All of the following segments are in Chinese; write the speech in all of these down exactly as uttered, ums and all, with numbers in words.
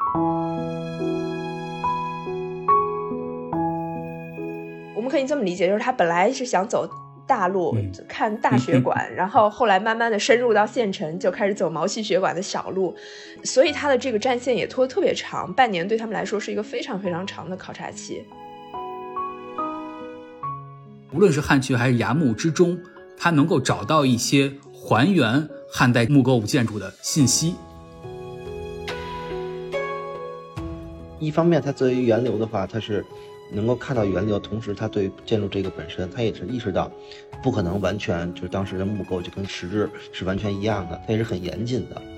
我们可以这么理解，就是他本来是想走大陆、嗯、看大血管，然后后来慢慢的深入到县城，就开始走毛细血管的小路，所以他的这个战线也拖得特别长，半年对他们来说是一个非常非常长的考察期。 无论是汉阙还是崖墓之中，它能够找到一些还原汉代木构建筑的信息。 一方面它作为源流的话，它是能够看到源流，同时它对建筑这个本身，它也是意识到不可能完全就是当时的木构就跟实质是完全一样的，它也是很严谨的。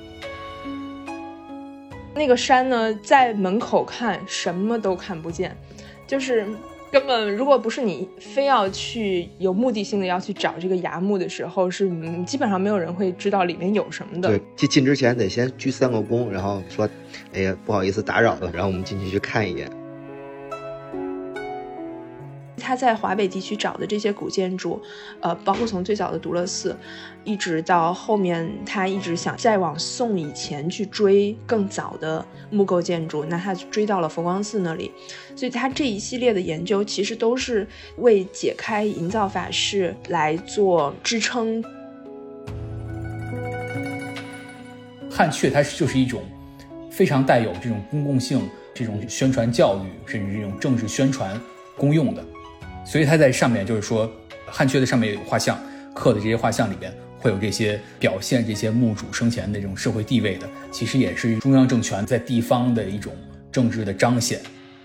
那个山呢，在门口看什么都看不见，就是根本如果不是你非要去有目的性的要去找这个崖墓的时候，是、嗯、基本上没有人会知道里面有什么的。 对，进进之前得先鞠三个躬，然后说哎呀不好意思打扰了，然后我们进去去看一眼。 他在华北地区找的这些古建筑，呃，包括从最早的独乐寺，一直到后面他一直想再往宋以前去追更早的木构建筑，那他追到了佛光寺那里，所以他这一系列的研究其实都是为解开营造法式来做支撑。 汉阙它就是一种非常带有这种公共性、这种宣传教育，甚至这种政治宣传功用的。所以它在上面就是说，汉阙的上面有画像，刻的这些画像里边会有这些表现这些墓主生前的这种社会地位的，其实也是中央政权在地方的一种政治的彰显。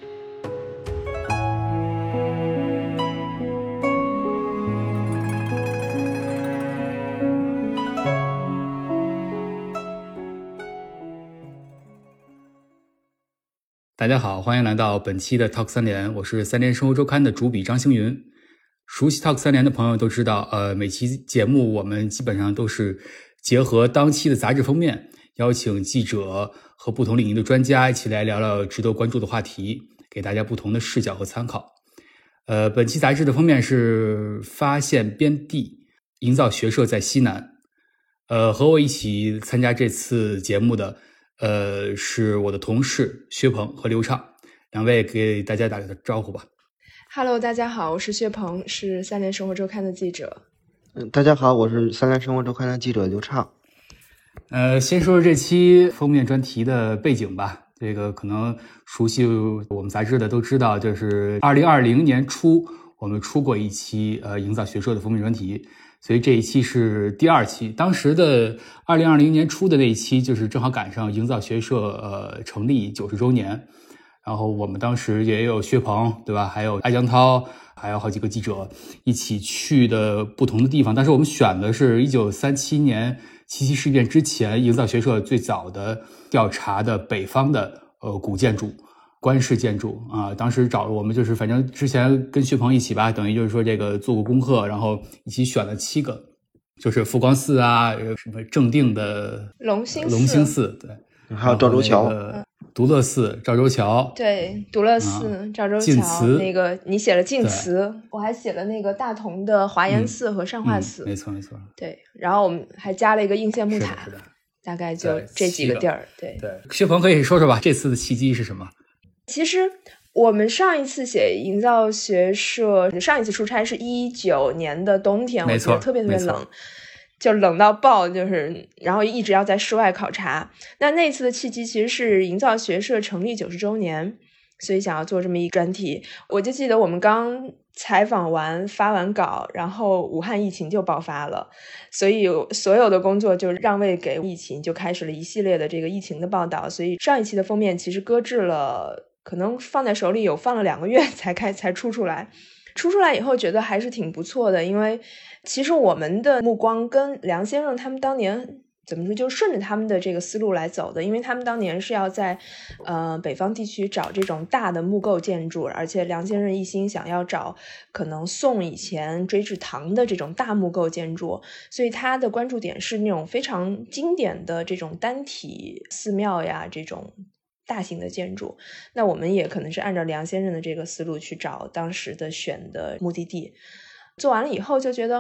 大家好，欢迎来到本期的 Talk 三联，我是三联生活周刊的主笔张星云。熟悉 Talk 三联的朋友都知道，呃，每期节目我们基本上都是结合当期的杂志封面，邀请记者和不同领域的专家一起来聊聊值得关注的话题，给大家不同的视角和参考。呃，本期杂志的封面是发现边地，营造学社在西南。呃，和我一起参加这次节目的呃，是我的同事薛鹏和刘畅，两位给大家打个招呼吧。 Hello， 大家好，我是薛鹏，是三联生活周刊的记者。 嗯，大家好，我是三联生活周刊的记者刘畅。 呃，先说说这期封面专题的背景吧。这个可能熟悉我们杂志的都知道，就是二零二零年初我们出过一期呃营造学社的封面专题。所以这一期是第二期，当时的二零二零年初的那一期就是正好赶上营造学社呃成立九十周年，然后我们当时也有薛鹏，对吧？还有艾江涛，还有好几个记者一起去的不同的地方。但是我们选的是一九三七年七七事变之前营造学社最早的调查的北方的呃古建筑。官式建筑啊，当时找了我们就是反正之前跟薛鹏一起吧，等于就是说这个做过功课，然后一起选了七个，就是佛光寺啊，什么正定的隆兴隆兴寺，对， 还有赵州桥、 独乐寺、赵州桥， 对，独乐寺、啊、赵州桥，那个你写了晋祠，我还写了那个大同的华严寺和善化寺， 嗯嗯、没错没错， 对，然后我们还加了一个应县木塔， 是的是的大概就这几个地儿，对对。薛鹏可以说说吧，这次的契机是什么？ 其实我们上一次写营造学社，上一次出差是一九年的冬天，我记得特别特别冷，就冷到爆，就是然后一直要在室外考察。那那次的契机其实是营造学社成立九十周年，所以想要做这么一专题。我就记得我们刚采访完发完稿，然后武汉疫情就爆发了，所以所有的工作就让位给疫情，就开始了一系列的这个疫情的报道。所以上一期的封面其实搁置了，可能放在手里有放了两个月才开才出出来。出出来以后觉得还是挺不错的，因为其实我们的目光跟梁先生他们当年怎么说，就顺着他们的这个思路来走的，因为他们当年是要在呃北方地区找这种大的木构建筑，而且梁先生一心想要找可能宋以前追至唐的这种大木构建筑，所以他的关注点是那种非常经典的这种单体寺庙呀，这种大型的建筑。那我们也可能是按照梁先生的这个思路去找当时的选的目的地，做完了以后就觉得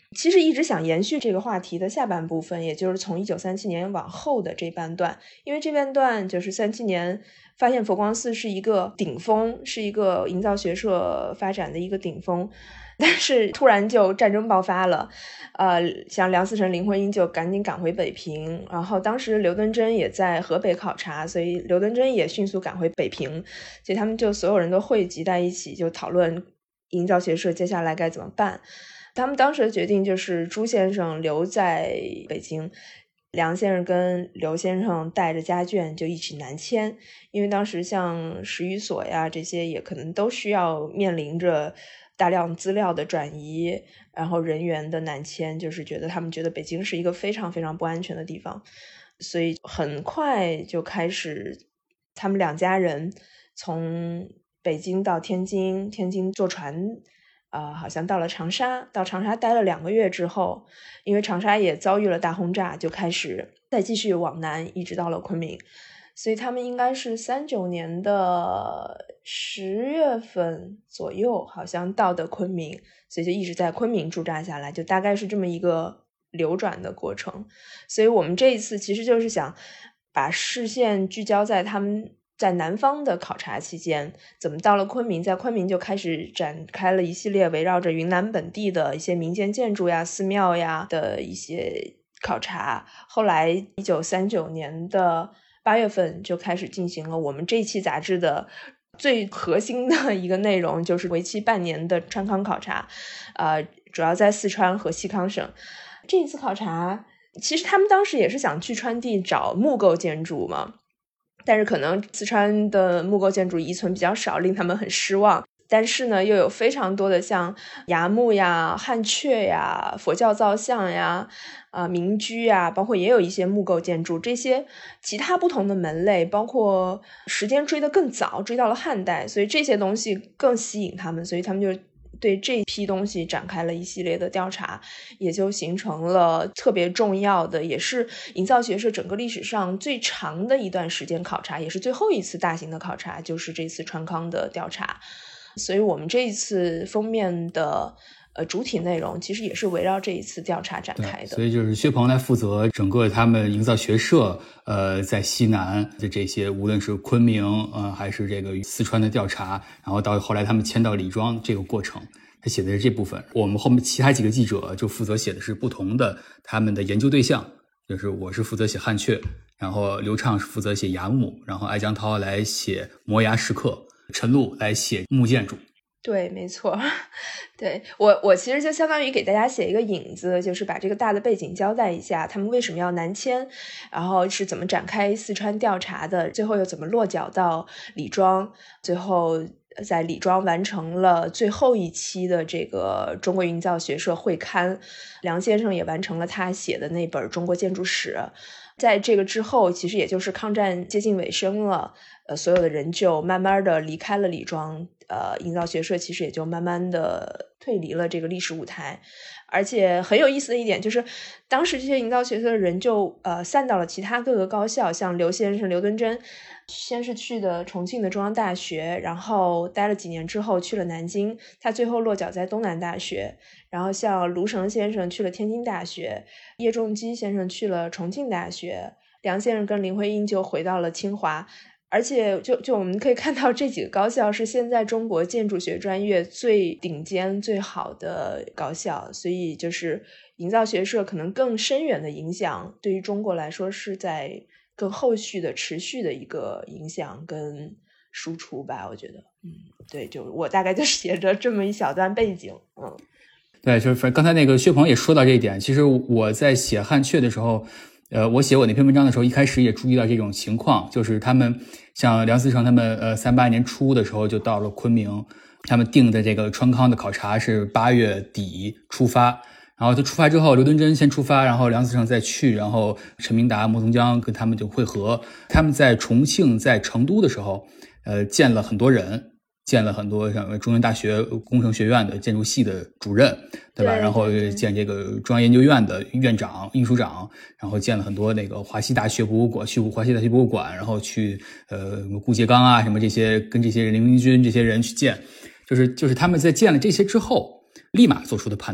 其实一直想延续这个话题的下半部分，也就是从一九三七年往后的这半段，因为这半段就是三七年发现佛光寺是一个顶峰，是一个营造学社发展的一个顶峰，但是突然就战争爆发了，呃，像梁思成、林徽因就赶紧赶回北平，然后当时刘敦桢也在河北考察，所以刘敦桢也迅速赶回北平，所以他们就所有人都汇集在一起，就讨论营造学社接下来该怎么办。他们当时的决定就是朱先生留在北京，梁先生跟刘先生带着家眷就一起南迁，因为当时像史语所呀这些也可能都需要面临着大量资料的转移，然后人员的南迁，就是觉得他们觉得北京是一个非常非常不安全的地方，所以很快就开始他们两家人从北京到天津，天津坐船呃，好像到了长沙，到长沙待了两个月之后，因为长沙也遭遇了大轰炸，就开始再继续往南，一直到了昆明。所以他们应该是三九年的十月份左右，好像到的昆明，所以就一直在昆明驻扎下来，就大概是这么一个流转的过程。所以我们这一次其实就是想把视线聚焦在他们在南方的考察期间，怎么到了昆明，在昆明就开始展开了一系列围绕着云南本地的一些民间建筑呀、寺庙呀的一些考察。后来一九三九年的八月份就开始进行了我们这期杂志的最核心的一个内容，就是为期半年的川康考察，呃，主要在四川和西康省。这一次考察，其实他们当时也是想去川地找木构建筑嘛，但是可能四川的木构建筑遗存比较少，令他们很失望。但是呢，又有非常多的像崖墓呀、汉阙呀、佛教造像呀、呃、民居呀，包括也有一些木构建筑，这些其他不同的门类，包括时间追得更早，追到了汉代，所以这些东西更吸引他们，所以他们就对这批东西展开了一系列的调查，也就形成了特别重要的，也是营造学社整个历史上最长的一段时间考察，也是最后一次大型的考察，就是这次川康的调查。所以我们这一次封面的呃主体内容其实也是围绕这一次调查展开的。 所以就是薛鹏来负责整个他们营造学社呃在西南的这些，无论是昆明呃还是这个四川的调查，然后到后来他们迁到李庄这个过程，他写的是这部分。我们后面其他几个记者就负责写的是不同的他们的研究对象，就是我是负责写汉阙，然后刘畅是负责写崖墓，然后艾江涛来写摩崖石刻，陈露来写木建筑。 对，没错。对，我我其实就相当于给大家写一个引子，就是把这个大的背景交代一下，他们为什么要南迁，然后是怎么展开四川调查的，最后又怎么落脚到李庄，最后在李庄完成了最后一期的这个中国营造学社会刊，梁先生也完成了他写的那本《中国建筑史》。在这个之后，其实也就是抗战接近尾声了，呃，所有的人就慢慢的离开了李庄，呃，营造学社其实也就慢慢的退离了这个历史舞台。而且很有意思的一点就是，当时这些营造学社的人就呃散到了其他各个高校，像刘先生、刘敦桢，先是去的重庆的中央大学，然后待了几年之后去了南京，他最后落脚在东南大学。然后像卢绳先生去了天津大学，叶仲基先生去了重庆大学，梁先生跟林徽因就回到了清华。而且就就我们可以看到，这几个高校是现在中国建筑学专业最顶尖最好的高校，所以就是营造学社可能更深远的影响，对于中国来说是在更后续的持续的一个影响跟输出吧，我觉得。嗯，对，就我大概就写着这么一小段背景。嗯， 对，就是刚才那个薛鹏也说到这一点，其实我在写汉阙的时候，呃，我写我那篇文章的时候，一开始也注意到这种情况，就是他们像梁思成他们，呃，三八年初的时候就到了昆明，他们定的这个川康的考察是八月底出发，然后他出发之后，刘敦桢先出发，然后梁思成再去，然后陈明达、莫宗江跟他们就会合。他们在重庆、在成都的时候，呃，见了很多人。见了很多像中原大学工程学院的建筑系的主任，对吧？ 对， 然后见这个中央研究院的院长、秘书长，然后见了很多那个华西大学博物馆，去华西大学博物馆，然后去呃顾颉刚啊什么这些，跟这些林明君这些人去见，就是就是他们在见了这些之后，立马做出的判断，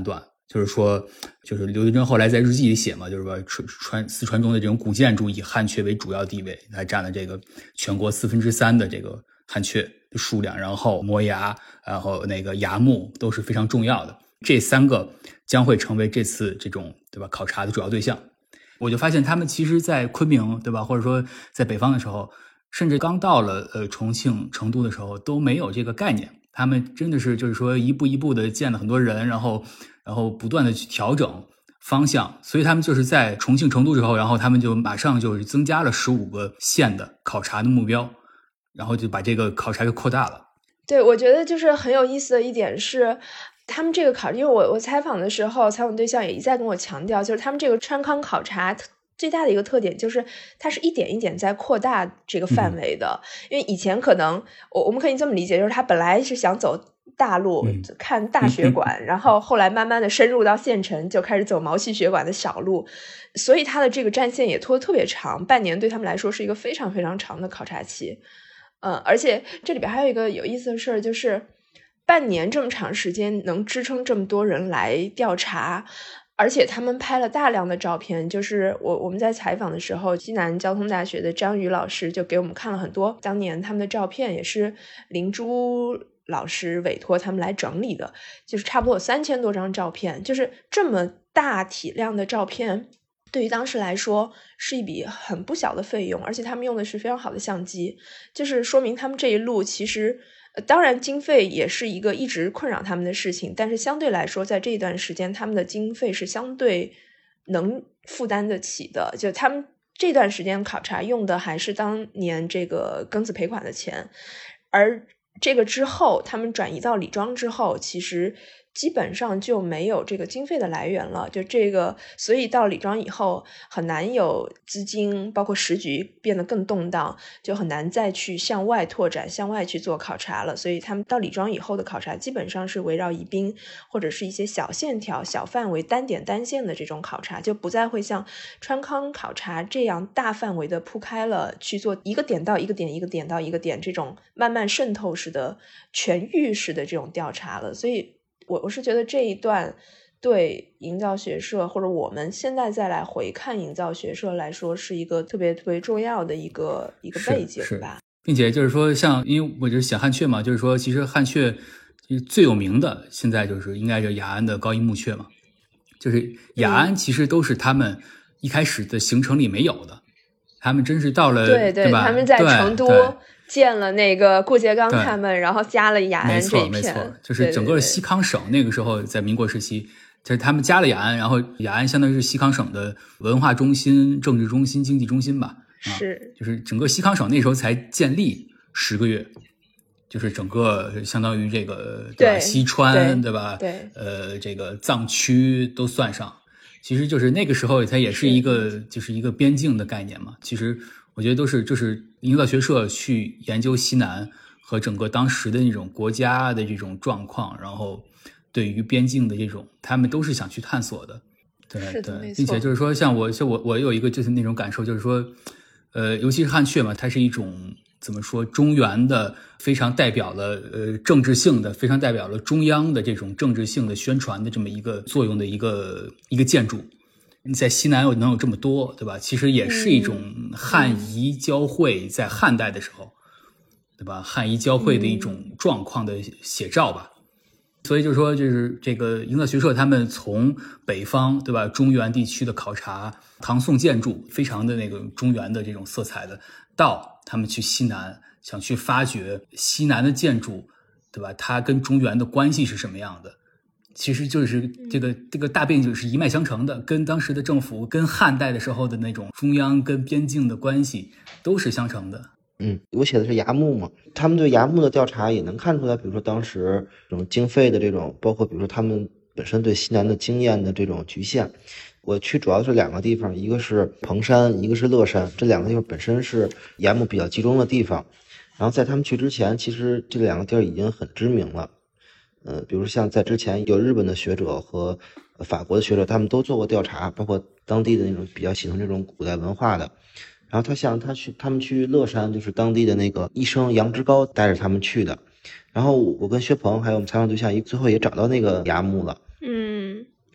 就是说，就是刘德珍后来在日记里写嘛，就是说传四川中的这种古建筑以汉阙为主要地位，它占了这个全国四分之三的这个汉阙的数量，然后摩崖，然后那个崖墓都是非常重要的。这三个将会成为这次这种对吧考察的主要对象。我就发现他们其实在昆明对吧，或者说在北方的时候，甚至刚到了呃重庆成都的时候都没有这个概念，他们真的是就是说一步一步的见了很多人，然后然后不断的去调整方向，所以他们就是在重庆成都之后，然后他们就马上就是增加了十五个县的考察的目标，然后就把这个考察给扩大了。 对，我觉得就是很有意思的一点是他们这个考，因为我我采访的时候，采访对象也一再跟我强调，就是他们这个川康考察最大的一个特点就是它是一点一点在扩大这个范围的。嗯、因为以前可能我我们可以这么理解，就是他本来是想走大陆、嗯、看大血管、嗯、然后后来慢慢的深入到县城，就开始走毛细血管的小路，所以它的这个战线也拖得特别长，半年对他们来说是一个非常非常长的考察期。嗯，而且这里边还有一个有意思的事儿，就是半年这么长时间能支撑这么多人来调查，而且他们拍了大量的照片。就是我我们在采访的时候，西南交通大学的张宇老师就给我们看了很多当年他们的照片，也是林珠老师委托他们来整理的，就是差不多有三千多张照片。就是这么大体量的照片对于当时来说是一笔很不小的费用，而且他们用的是非常好的相机，就是说明他们这一路其实当然经费也是一个一直困扰他们的事情，但是相对来说在这一段时间他们的经费是相对能负担得起的，就他们这段时间考察用的还是当年这个庚子赔款的钱，而这个之后他们转移到李庄之后，其实基本上就没有这个经费的来源了，就这个，所以到李庄以后很难有资金，包括时局变得更动荡，就很难再去向外拓展，向外去做考察了。所以他们到李庄以后的考察基本上是围绕宜宾或者是一些小线条、小范围、单点单线的这种考察，就不再会像川康考察这样大范围的铺开了去做一个点到一个点、一个点到一个点这种慢慢渗透式的全域式的这种调查了。所以我我是觉得这一段对营造学社或者我们现在再来回看营造学社来说是一个特别特别重要的一个一个背景吧。 并且就是说像因为我就是写汉阙嘛，就是说其实汉阙最有名的现在就是应该是雅安的高阴墓阙嘛，就是雅安其实都是他们一开始的行程里没有的，他们真是到了对 对, 对吧， 他们在成都建了那个顾颉刚他们，然后加了雅安这一片， 没错没错，就是整个西康省那个时候在民国时期，就是他们加了雅安，然后雅安相当于是西康省的文化中心、政治中心、经济中心吧， 是、啊， 就是整个西康省那时候才建立十个月，就是整个相当于这个对吧，西川 对, 对吧， 对， 呃，这个藏区都算上，其实就是那个时候它也是一个是就是一个边境的概念嘛，其实。我觉得都是就是营造学社去研究西南和整个当时的那种国家的这种状况，然后对于边境的这种他们都是想去探索的。对对，并且就是说像我像我我有一个就是那种感受，就是说呃尤其是汉阙嘛，它是一种怎么说中原的非常代表了呃政治性的非常代表了中央的这种政治性的宣传的这么一个作用的一个一个建筑。你在西南有能有这么多，对吧？其实也是一种汉夷交汇，在汉代的时候，对吧？汉夷交汇的一种状况的写照吧。所以就是说，就是这个营造学社他们从北方，对吧？中原地区的考察，唐宋建筑非常的那个中原的这种色彩的，到他们去西南，想去发掘西南的建筑，对吧？它跟中原的关系是什么样的？其实就是这个这个大背景是一脉相承的，跟当时的政府跟汉代的时候的那种中央跟边境的关系都是相承的。 嗯，我写的是崖墓嘛，他们对崖墓的调查也能看出来，比如说当时这种经费的这种，包括比如说他们本身对西南的经验的这种局限。我去主要是两个地方，一个是彭山，一个是乐山，这两个地方本身是崖墓比较集中的地方。然后在他们去之前，其实这两个地儿已经很知名了。呃，比如像在之前有日本的学者和法国的学者，他们都做过调查，包括当地的那种比较喜欢这种古代文化的。然后他像他去他们去乐山，就是当地的那个医生杨之高带着他们去的。然后我跟薛鹏还有我们采访对象，最后也找到那个崖墓了。 嗯，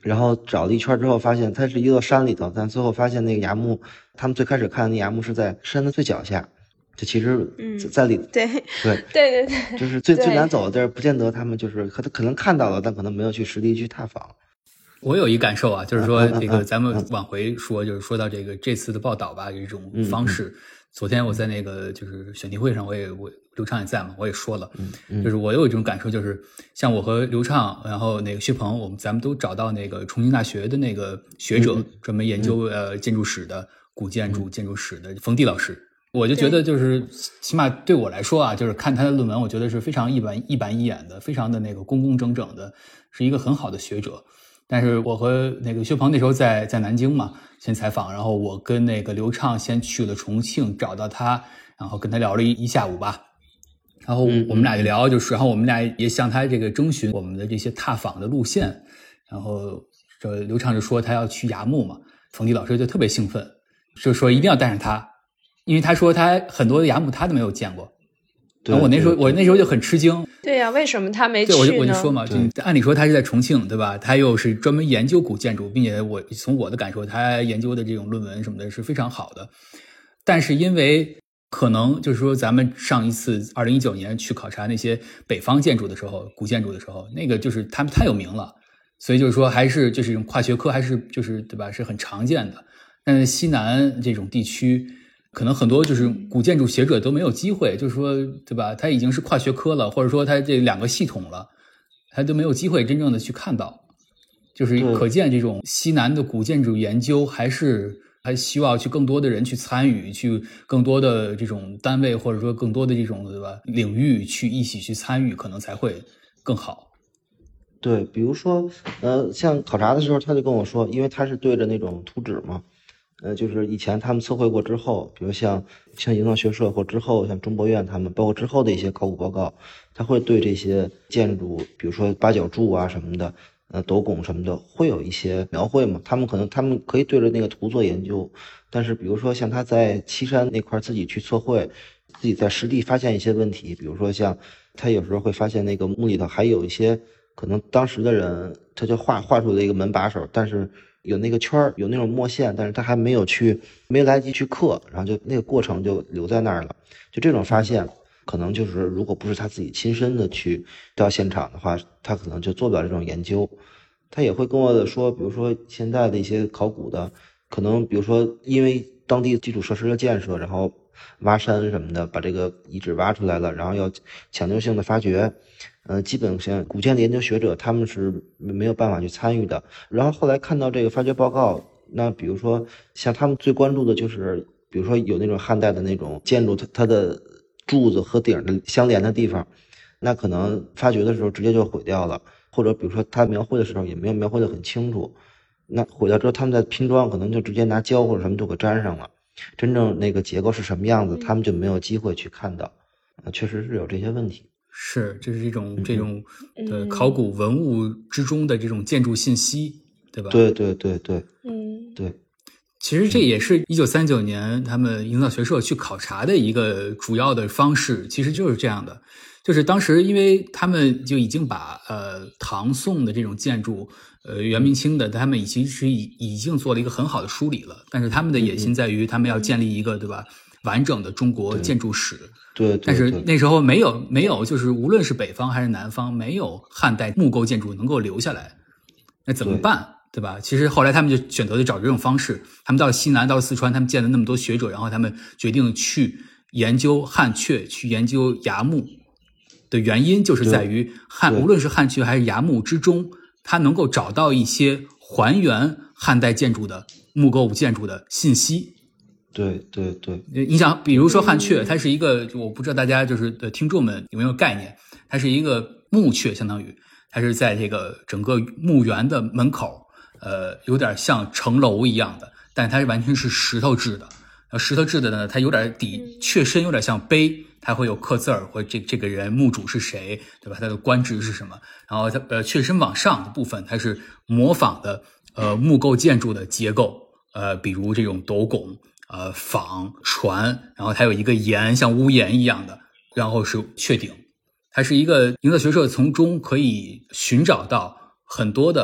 然后找了一圈之后发现它是一座山里头，但最后发现那个崖墓，他们最开始看的那崖墓是在山的最脚下，这其实在里、 嗯、对对对对对， 就是最最难走的地儿，不见得他们就是可可能看到了，但可能没有去实地去踏访。 我有一感受啊，就是说这个咱们往回说，就是说到这个这次的报道吧，这种方式。嗯嗯昨天我在那个就是选题会上，我也我刘畅也在嘛，我也说了， 嗯嗯、 就是我有一种感受，就是像我和刘畅，然后那个薛鹏，我们咱们都找到那个重庆大学的那个学者， 嗯、 专门研究、嗯、呃建筑史的古建筑、嗯、建筑史的冯迪老师，我就觉得就是起码对我来说啊，就是看他的论文，我觉得是非常一板一板一眼的，非常的那个工工整整的，是一个很好的学者。但是我和那个薛鹏那时候在在南京嘛，先采访，然后我跟那个刘畅先去了重庆，找到他，然后跟他聊了一一下午吧。然后我们俩就聊，就是然后我们俩也向他这个征询我们的这些踏访的路线。然后这刘畅就说他要去崖墓嘛，冯迪老师就特别兴奋，就说一定要带上他，因为他说他很多的崖墓他都没有见过。然后我那时候我那时候就很吃惊。 对呀、啊，为什么他没去呢？ 对，我就我就说嘛，就按理说他是在重庆，对吧？他又是专门研究古建筑，并且我从我的感受，他研究的这种论文什么的是非常好的。但是因为可能就是说，咱们上一次二零一九年去考察那些北方建筑的时候，古建筑的时候，那个就是他们太有名了，所以就是说还是就是这种跨学科还是就是对吧，是很常见的。但是西南这种地区，可能很多就是古建筑学者都没有机会，就是说对吧，他已经是跨学科了，或者说他这两个系统了，他都没有机会真正的去看到。就是可见这种西南的古建筑研究还是还希望去更多的人去参与，去更多的这种单位或者说更多的这种对吧领域去一起去参与，可能才会更好。 对，比如说呃像考察的时候他就跟我说，因为他是对着那种图纸嘛，呃，就是以前他们测绘过之后，比如像像营造学社或之后像中博院他们，包括之后的一些考古报告，他会对这些建筑，比如说八角柱啊什么的，呃，斗拱什么的，会有一些描绘嘛。他们可能他们可以对着那个图做研究，但是比如说像他在岐山那块自己去测绘，自己在实地发现一些问题，比如说像他有时候会发现那个墓里头还有一些可能当时的人他就画画出了一个门把手，但是有那个圈儿，有那种墨线，但是他还没有去，没来得及去刻，然后就那个过程就留在那儿了。就这种发现，可能就是如果不是他自己亲身的去到现场的话，他可能就做不了这种研究。他也会跟我说，比如说现在的一些考古的，可能比如说因为当地基础设施的建设，然后挖山什么的，把这个遗址挖出来了，然后要抢救性的发掘。呃，基本上古建的研究学者他们是没有办法去参与的。然后后来看到这个发掘报告，那比如说像他们最关注的就是，比如说有那种汉代的那种建筑，它它的柱子和顶的相连的地方，那可能发掘的时候直接就毁掉了，或者比如说他描绘的时候也没有描绘的很清楚，那毁掉之后他们在拼装可能就直接拿胶或者什么就给粘上了，真正那个结构是什么样子，他们就没有机会去看到，啊，确实是有这些问题。 是，这是一种这种呃考古文物之中的这种建筑信息，对吧？ 对对对对， 嗯， 对。 其实这也是一九三九年他们营造学社去考察的一个主要的方式，其实就是这样的，就是当时因为他们就已经把呃唐宋的这种建筑，呃元明清的，他们其实已已经做了一个很好的梳理了，但是他们的野心在于他们要建立一个对吧完整的中国建筑史。 对，对， 但是那时候没有没有，就是无论是北方还是南方，没有汉代木构建筑能够留下来，那怎么办？对吧？其实后来他们就选择了找这种方式，他们到了西南，到了四川，他们见了那么多学者，然后他们决定去研究汉阙，去研究崖墓的原因，就是在于汉，无论是汉阙还是崖墓之中，它能够找到一些还原汉代建筑的木构建筑的信息。 对对对， 你想，比如说汉阙，它是一个，我不知道大家就是的听众们有没有概念，它是一个墓阙，相当于它是在这个整个墓园的门口，呃，有点像城楼一样的，但它完全是石头制的。呃，石头制的呢，它有点底阙身有点像碑，它会有刻字儿，或这这个人墓主是谁，对吧？他的官职是什么？然后它呃阙身往上的部分，它是模仿的呃木构建筑的结构，呃，比如这种斗拱。呃，舫、船，然后它有一个檐，像屋檐一样的，然后是阙顶。它是一个营造学社从中可以寻找到很多的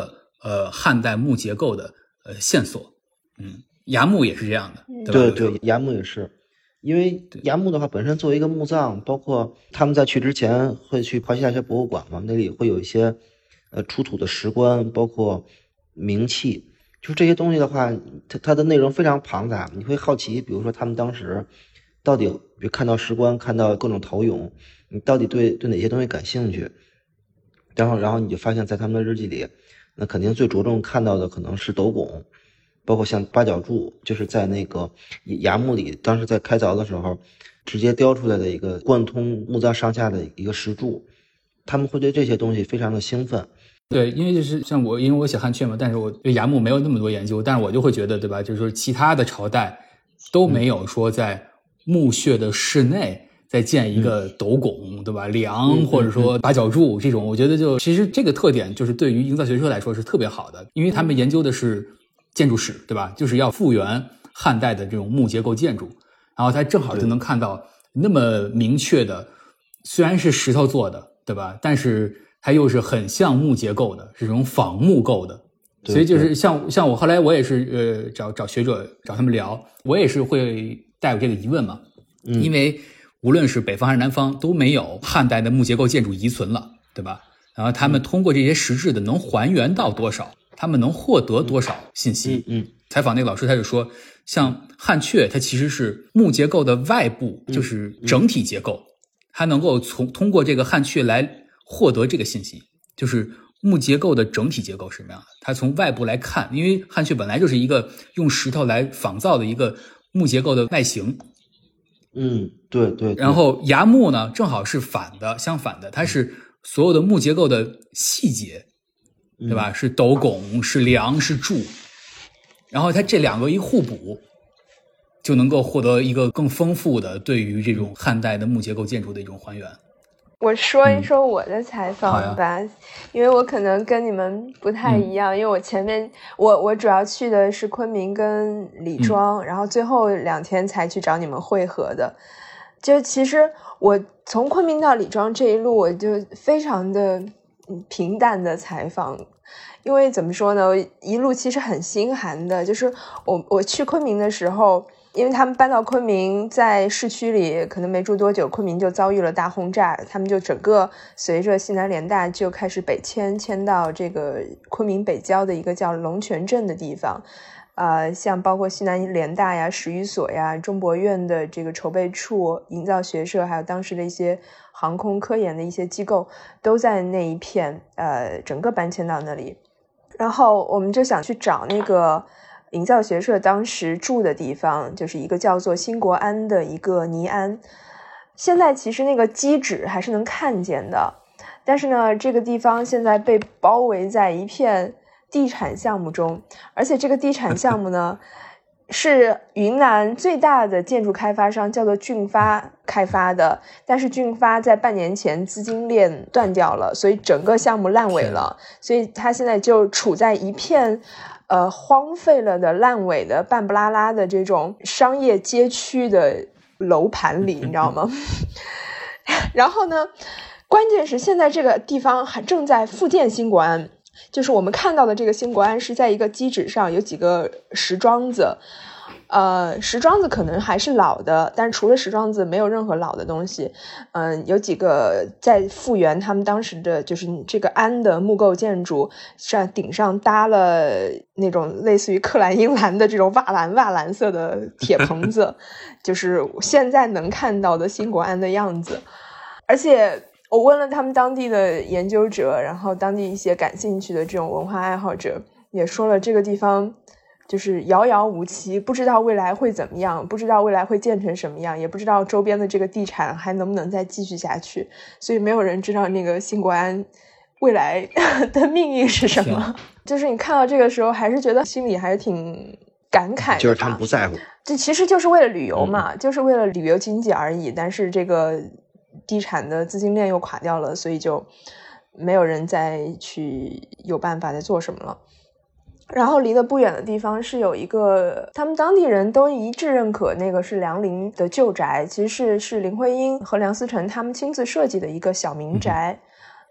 呃汉代木结构的呃线索。嗯，崖墓也是这样的， 嗯、对对对，崖墓也是。因为崖墓的话，本身作为一个墓葬，包括他们在去之前会去华西大学博物馆嘛，那里会有一些呃出土的石棺，包括冥器，就是这些东西的话，它它的内容非常庞杂，你会好奇，比如说他们当时到底，比如看到石棺，看到各种陶俑，你到底对对哪些东西感兴趣？然后然后你就发现，在他们的日记里，那肯定最着重看到的可能是斗拱。包括像八角柱，就是在那个崖墓里，当时在开凿的时候，直接雕出来的一个贯通墓葬上下的一个石柱，他们会对这些东西非常的兴奋。 对，因为就是像我，因为我写汉阙嘛，但是我对崖墓没有那么多研究，但是我就会觉得，对吧？就是说其他的朝代都没有说在墓穴的室内再建一个斗拱，对吧？梁或者说八角柱这种，我觉得就其实这个特点就是对于营造学社来说是特别好的，因为他们研究的是建筑史，对吧？就是要复原汉代的这种木结构建筑，然后他正好就能看到那么明确的，虽然是石头做的，对吧？但是它又是很像木结构的，是这种仿木构的。所以就是像像我后来我也是呃找找学者找他们聊，我也是会带有这个疑问嘛，嗯，因为无论是北方还是南方都没有汉代的木结构建筑遗存了，对吧？然后他们通过这些实质的能还原到多少？他们能获得多少信息？ 嗯， 采访那个老师他就说，像汉阙它其实是木结构的外部，就是整体结构，它能够从通过这个汉阙来获得这个信息，就是木结构的整体结构是什么样的。它从外部来看，因为汉阙本来就是一个用石头来仿造的一个木结构的外形。 嗯，对 对, 对。 然后崖墓呢，正好是反的，相反的，它是所有的木结构的细节。对吧？是斗拱，是梁，是柱，然后它这两个一互补，就能够获得一个更丰富的对于这种汉代的木结构建筑的一种还原。 我说一说我的采访吧，嗯、因为我可能跟你们不太一样，嗯、因为我前面我我主要去的是昆明跟李庄，嗯、然后最后两天才去找你们会合的。就其实我从昆明到李庄这一路，我就非常的平淡的采访。因为怎么说呢，一路其实很心寒的，就是我我去昆明的时候，因为他们搬到昆明，在市区里可能没住多久，昆明就遭遇了大轰炸，他们就整个随着西南联大就开始北迁，迁到这个昆明北郊的一个叫龙泉镇的地方。呃，像包括西南联大呀、史语所呀、中博院的这个筹备处、营造学社，还有当时的一些航空科研的一些机构，都在那一片，呃，整个搬迁到那里。然后我们就想去找那个营造学社当时住的地方，就是一个叫做新国安的一个尼安。现在其实那个基址还是能看见的，但是呢，这个地方现在被包围在一片地产项目中，而且这个地产项目呢是云南最大的建筑开发商叫做俊发开发的，但是俊发在半年前资金链断掉了，所以整个项目烂尾了，所以它现在就处在一片呃荒废了的烂尾的半不拉拉的这种商业街区的楼盘里，你知道吗？然后呢，关键是现在这个地方还正在复建新国安，就是我们看到的这个新国安是在一个基址上有几个石桩子，呃，石桩子可能还是老的，但是除了石桩子没有任何老的东西。嗯、呃，有几个在复原他们当时的就是这个安的木构建筑，上顶上搭了那种类似于克莱因蓝的这种瓦蓝瓦蓝色的铁棚子，就是现在能看到的新国安的样子。而且我问了他们当地的研究者，然后当地一些感兴趣的这种文化爱好者也说了，这个地方就是遥遥无期，不知道未来会怎么样，不知道未来会建成什么样，也不知道周边的这个地产还能不能再继续下去，所以没有人知道那个新国安未来的命运是什么。就是你看到这个时候还是觉得心里还是挺感慨的， 就是他们不在乎， 这其实就是为了旅游嘛、嗯、就是为了旅游经济而已，但是这个地产的资金链又垮掉了，所以就没有人再去有办法再做什么了。然后离得不远的地方是有一个他们当地人都一致认可那个是梁林的旧宅，其实是是林徽因和梁思成他们亲自设计的一个小民宅、嗯、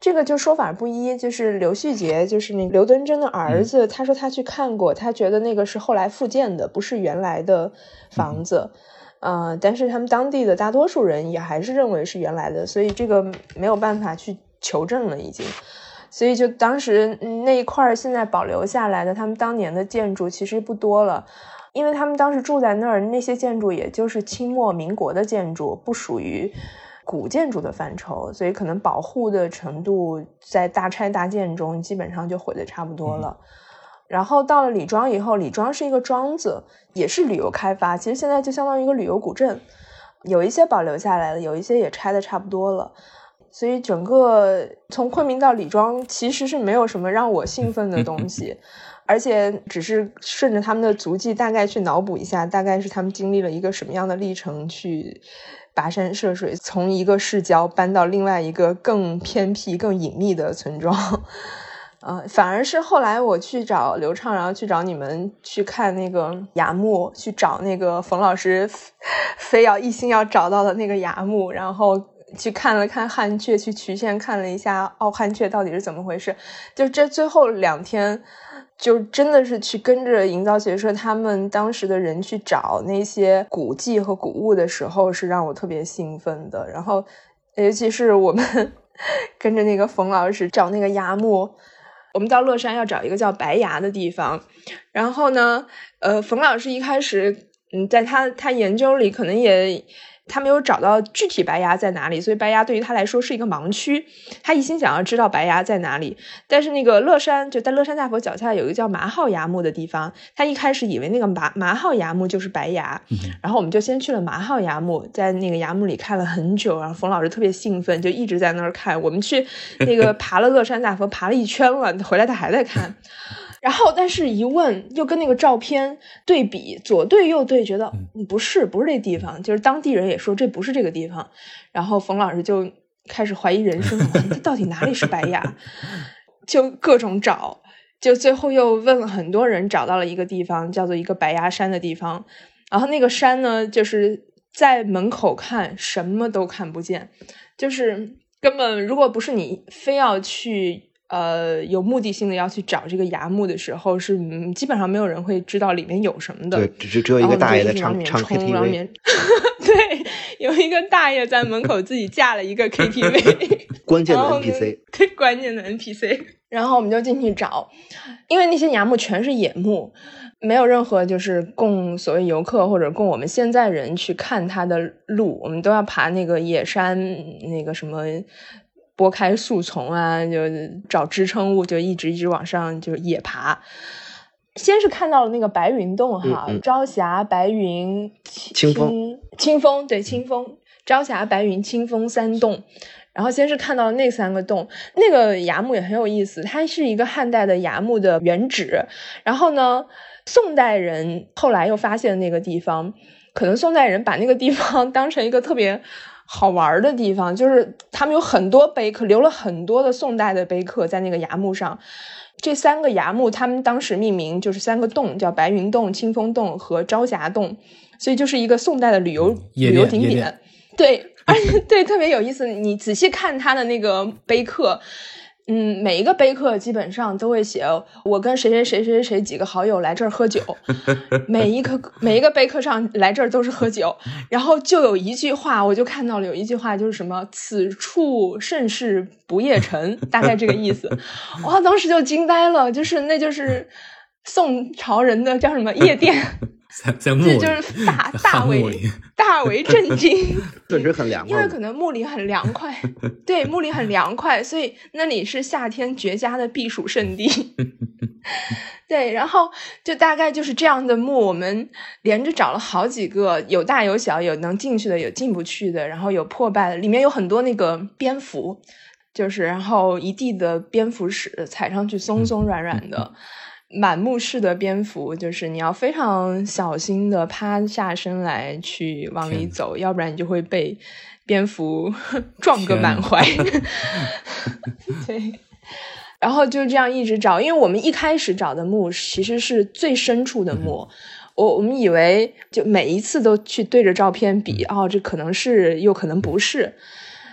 这个就说法不一，就是刘旭杰，就是那刘敦桢的儿子、嗯、他说他去看过，他觉得那个是后来复建的，不是原来的房子、嗯、呃，但是他们当地的大多数人也还是认为是原来的，所以这个没有办法去求证了已经。所以就当时那一块现在保留下来的他们当年的建筑其实不多了，因为他们当时住在那儿，那些建筑也就是清末民国的建筑，不属于古建筑的范畴，所以可能保护的程度在大拆大建中基本上就毁得差不多了、嗯、然后到了李庄以后，李庄是一个庄子，也是旅游开发，其实现在就相当于一个旅游古镇，有一些保留下来了，有一些也拆得差不多了，所以整个从昆明到李庄其实是没有什么让我兴奋的东西而且只是顺着他们的足迹大概去脑补一下，大概是他们经历了一个什么样的历程，去跋山涉水，从一个市郊搬到另外一个更偏僻更隐秘的村庄呃，反而是后来我去找刘畅，然后去找你们去看那个崖墓，去找那个冯老师非要一心要找到的那个崖墓，然后去看了看汉阙，去衢县看了一下奥汉阙到底是怎么回事，就这最后两天就真的是去跟着营造学社他们当时的人去找那些古迹和古物的时候，是让我特别兴奋的。然后尤其是我们跟着那个冯老师找那个崖墓，我们到乐山要找一个叫白崖的地方，然后呢呃，冯老师一开始嗯，在他他研究里可能也他没有找到具体白崖在哪里，所以白崖对于他来说是一个盲区，他一心想要知道白崖在哪里。但是那个乐山，就在乐山大佛脚下有一个叫麻号崖墓的地方，他一开始以为那个麻麻号崖墓就是白崖、嗯、然后我们就先去了麻号崖墓，在那个崖墓里看了很久，然后冯老师特别兴奋，就一直在那儿看，我们去那个爬了乐山大佛爬了一圈了，回来他还在看然后但是一问又跟那个照片对比，左对右对，觉得不是不是这地方，就是当地人也说这不是这个地方，然后冯老师就开始怀疑人生这到底哪里是白崖就各种找，就最后又问了很多人，找到了一个地方叫做一个白崖山的地方，然后那个山呢就是在门口看什么都看不见，就是根本如果不是你非要去呃，有目的性的要去找这个崖墓的时候，是、嗯、基本上没有人会知道里面有什么的。 对，只只有一个大爷在唱唱 K T V。 对，有一个大爷在门口自己架了一个 K T V， 关键的 N P C。 对，关键的 N P C。然后我们就进去找，因为那些崖墓全是野墓，没有任何就是供所谓游客或者供我们现在人去看它的路，我们都要爬那个野山那个什么。拨开树丛啊，就找支撑物，就一直一直往上就野爬。先是看到了那个白云洞哈，嗯嗯、朝霞、白云、 清风、 清风，对，清风、朝霞、白云、清风三洞。然后先是看到了那三个洞，那个崖墓也很有意思，它是一个汉代的崖墓的原址。然后呢，宋代人后来又发现那个地方，可能宋代人把那个地方当成一个特别好玩的地方，就是他们有很多碑刻，留了很多的宋代的碑刻在那个崖墓上。这三个崖墓他们当时命名就是三个洞，叫白云洞、清风洞和朝霞洞，所以就是一个宋代的旅游旅游景点。对，而且对特别有意思，你仔细看它的那个碑刻，嗯，每一个碑刻基本上都会写我跟谁谁谁谁谁几个好友来这儿喝酒，每一个每一个碑刻上来这儿都是喝酒，然后就有一句话，我就看到了有一句话就是什么此处甚是不夜城，大概这个意思。哇，当时就惊呆了，就是那就是宋朝人的叫什么夜店。 在在墓里， 就是大大为大为震惊， 确实很凉快， 因为可能墓里很凉快，对，墓里很凉快，所以那里是夏天绝佳的避暑胜地。对，然后就大概就是这样的墓，我们连着找了好几个，有大有小，有能进去的，有进不去的，然后有破败的，里面有很多那个蝙蝠，就是然后一地的蝙蝠屎，踩上去松松软软的。满目式的蝙蝠，就是你要非常小心的趴下身来去往里走，要不然你就会被蝙蝠撞个满怀。对，然后就这样一直找，因为我们一开始找的墓其实是最深处的墓，我我们以为就每一次都去对着照片比，哦，这可能是又可能不是。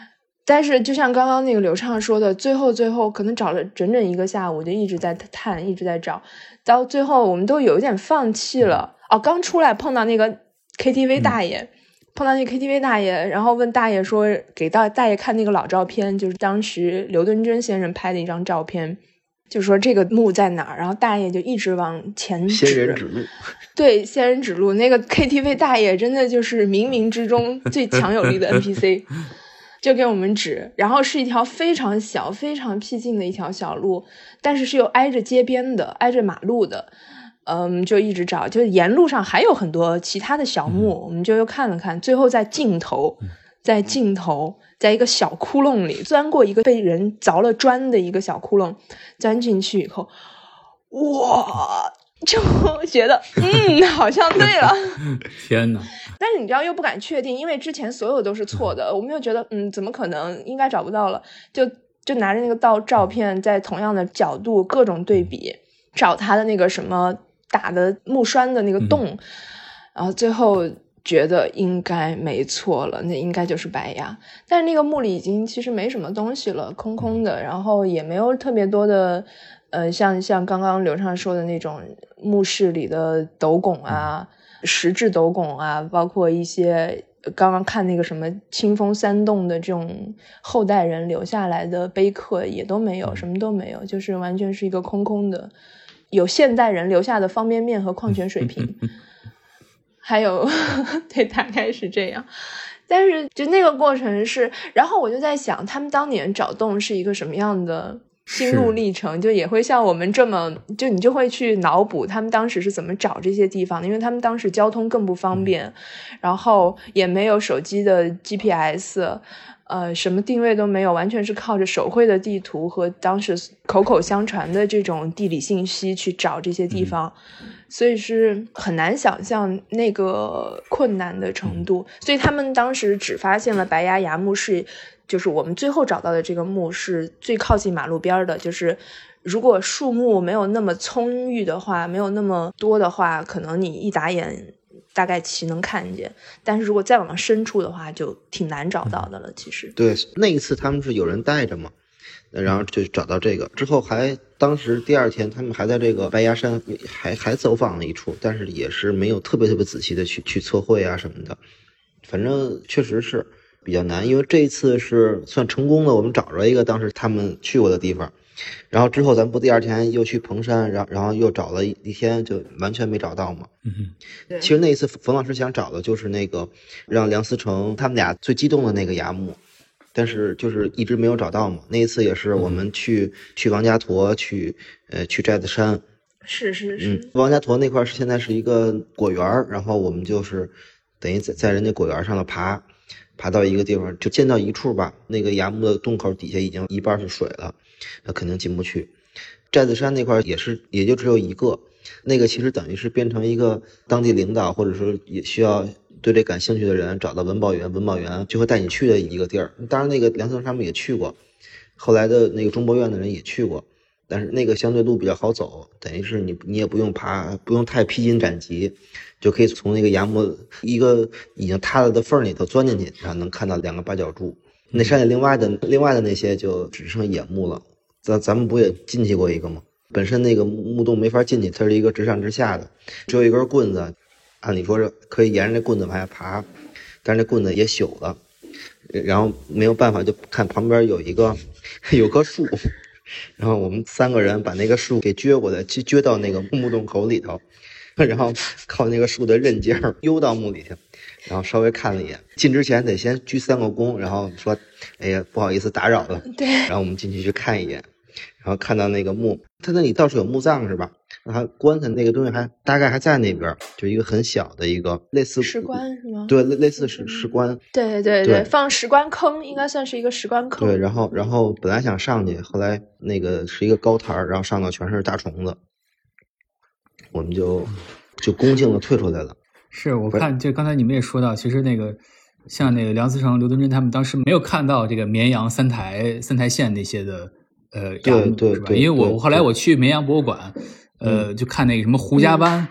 但是就像刚刚那个刘畅说的，最后最后可能找了整整一个下午，就一直在探，一直在找，到最后我们都有一点放弃了。哦，刚出来碰到那个 K T V 大爷、嗯、碰到那个 K T V 大爷，然后问大爷说，给大大爷看那个老照片，就是当时刘敦桢先生拍的一张照片，就说这个墓在哪儿，然后大爷就一直往前指， 仙人指路。 对，仙人指路。那个 K T V 大爷真的就是冥冥之中最强有力的 N P C 就给我们指，然后是一条非常小非常僻静的一条小路，但是是又挨着街边的，挨着马路的。嗯，就一直找，就是沿路上还有很多其他的小墓、嗯、我们就又看了看，最后在尽头在尽头在一个小窟窿里钻过一个被人凿了砖的一个小窟窿，钻进去以后，哇，就觉得嗯好像对了天哪！ 但是你知道又不敢确定，因为之前所有都是错的，我们又觉得嗯怎么可能，应该找不到了，就就拿着那个照照片在同样的角度各种对比，找他的那个什么打的木栓的那个洞、嗯、然后最后觉得应该没错了，那应该就是白崖。但是那个墓里已经其实没什么东西了，空空的，然后也没有特别多的呃，像像刚刚刘畅说的那种墓室里的斗拱啊、石质斗拱啊，包括一些刚刚看那个什么清风三洞的这种后代人留下来的碑刻也都没有，什么都没有，就是完全是一个空空的，有现代人留下的方便面和矿泉水瓶还有对，大概是这样。但是就那个过程是，然后我就在想他们当年找洞是一个什么样的心路历程，就也会像我们这么，就你就会去脑补他们当时是怎么找这些地方的，因为他们当时交通更不方便、嗯、然后也没有手机的 G P S， 呃，什么定位都没有，完全是靠着手绘的地图和当时口口相传的这种地理信息去找这些地方、嗯、所以是很难想象那个困难的程度、嗯、所以他们当时只发现了白崖崖墓，是就是我们最后找到的这个墓是最靠近马路边的，就是如果树木没有那么葱郁的话，没有那么多的话，可能你一打眼大概其能看见，但是如果再往深处的话就挺难找到的了。其实对，那一次他们是有人带着嘛，然后就找到这个之后，还当时第二天他们还在这个白崖山还还走访了一处，但是也是没有特别特别仔细的去去测绘啊什么的，反正确实是比较难。因为这一次是算成功的，我们找着一个当时他们去过的地方，然后之后咱不第二天又去彭山，然后然后又找了一天，就完全没找到嘛。 嗯， 其实那一次冯老师想找的就是那个让梁思成他们俩最激动的那个崖墓，但是就是一直没有找到嘛。那一次也是我们去、嗯、去王家坨，去呃去寨子山。 是是是、 嗯，王家坨那块是现在是一个果园，然后我们就是等于在在人家果园上了爬。爬到一个地方就见到一处吧，那个崖墓的洞口底下已经一半是水了，那肯定进不去。寨子山那块也是也就只有一个，那个其实等于是变成一个当地领导或者说也需要对这感兴趣的人找到文保员，文保员就会带你去的一个地儿。当然那个梁思成他们也去过，后来的那个中博院的人也去过，但是那个相对路比较好走，等于是你你也不用爬，不用太披荆斩棘，就可以从那个崖墓一个已经塌了的缝里头钻进去，然后能看到两个八角柱。那山里另外的另外的那些就只剩野墓了。咱咱们不也进去过一个吗？本身那个墓洞没法进去，它是一个直上直下的，只有一根棍子，按理说是可以沿着那棍子往下爬，但是那棍子也朽了，然后没有办法，就看旁边有一个有棵树，然后我们三个人把那个树给撅过来，去撅到那个墓洞口里头，然后靠那个树的刃尖悠到墓里去，然后稍微看了一眼，进之前得先鞠三个躬，然后说哎呀不好意思打扰了， 对， 然后我们进去去看一眼，然后看到那个墓，它那里倒是有墓葬是吧，然后棺材那个东西还大概还在那边，就一个很小的一个类似石棺是吗？ 对，类类似石石棺， 对对 对, 对放石棺坑，应该算是一个石棺坑。 对，然后然后本来想上去，后来那个是一个高台，然后上头全是大虫子，我们就就恭敬的退出来了。 是我看就刚才你们也说到，其实那个像那个梁思成、刘敦桢他们当时没有看到这个绵阳三台三台县那些的呃崖墓，是吧？因为我后来我去绵阳博物馆，呃，就看那个什么胡家湾，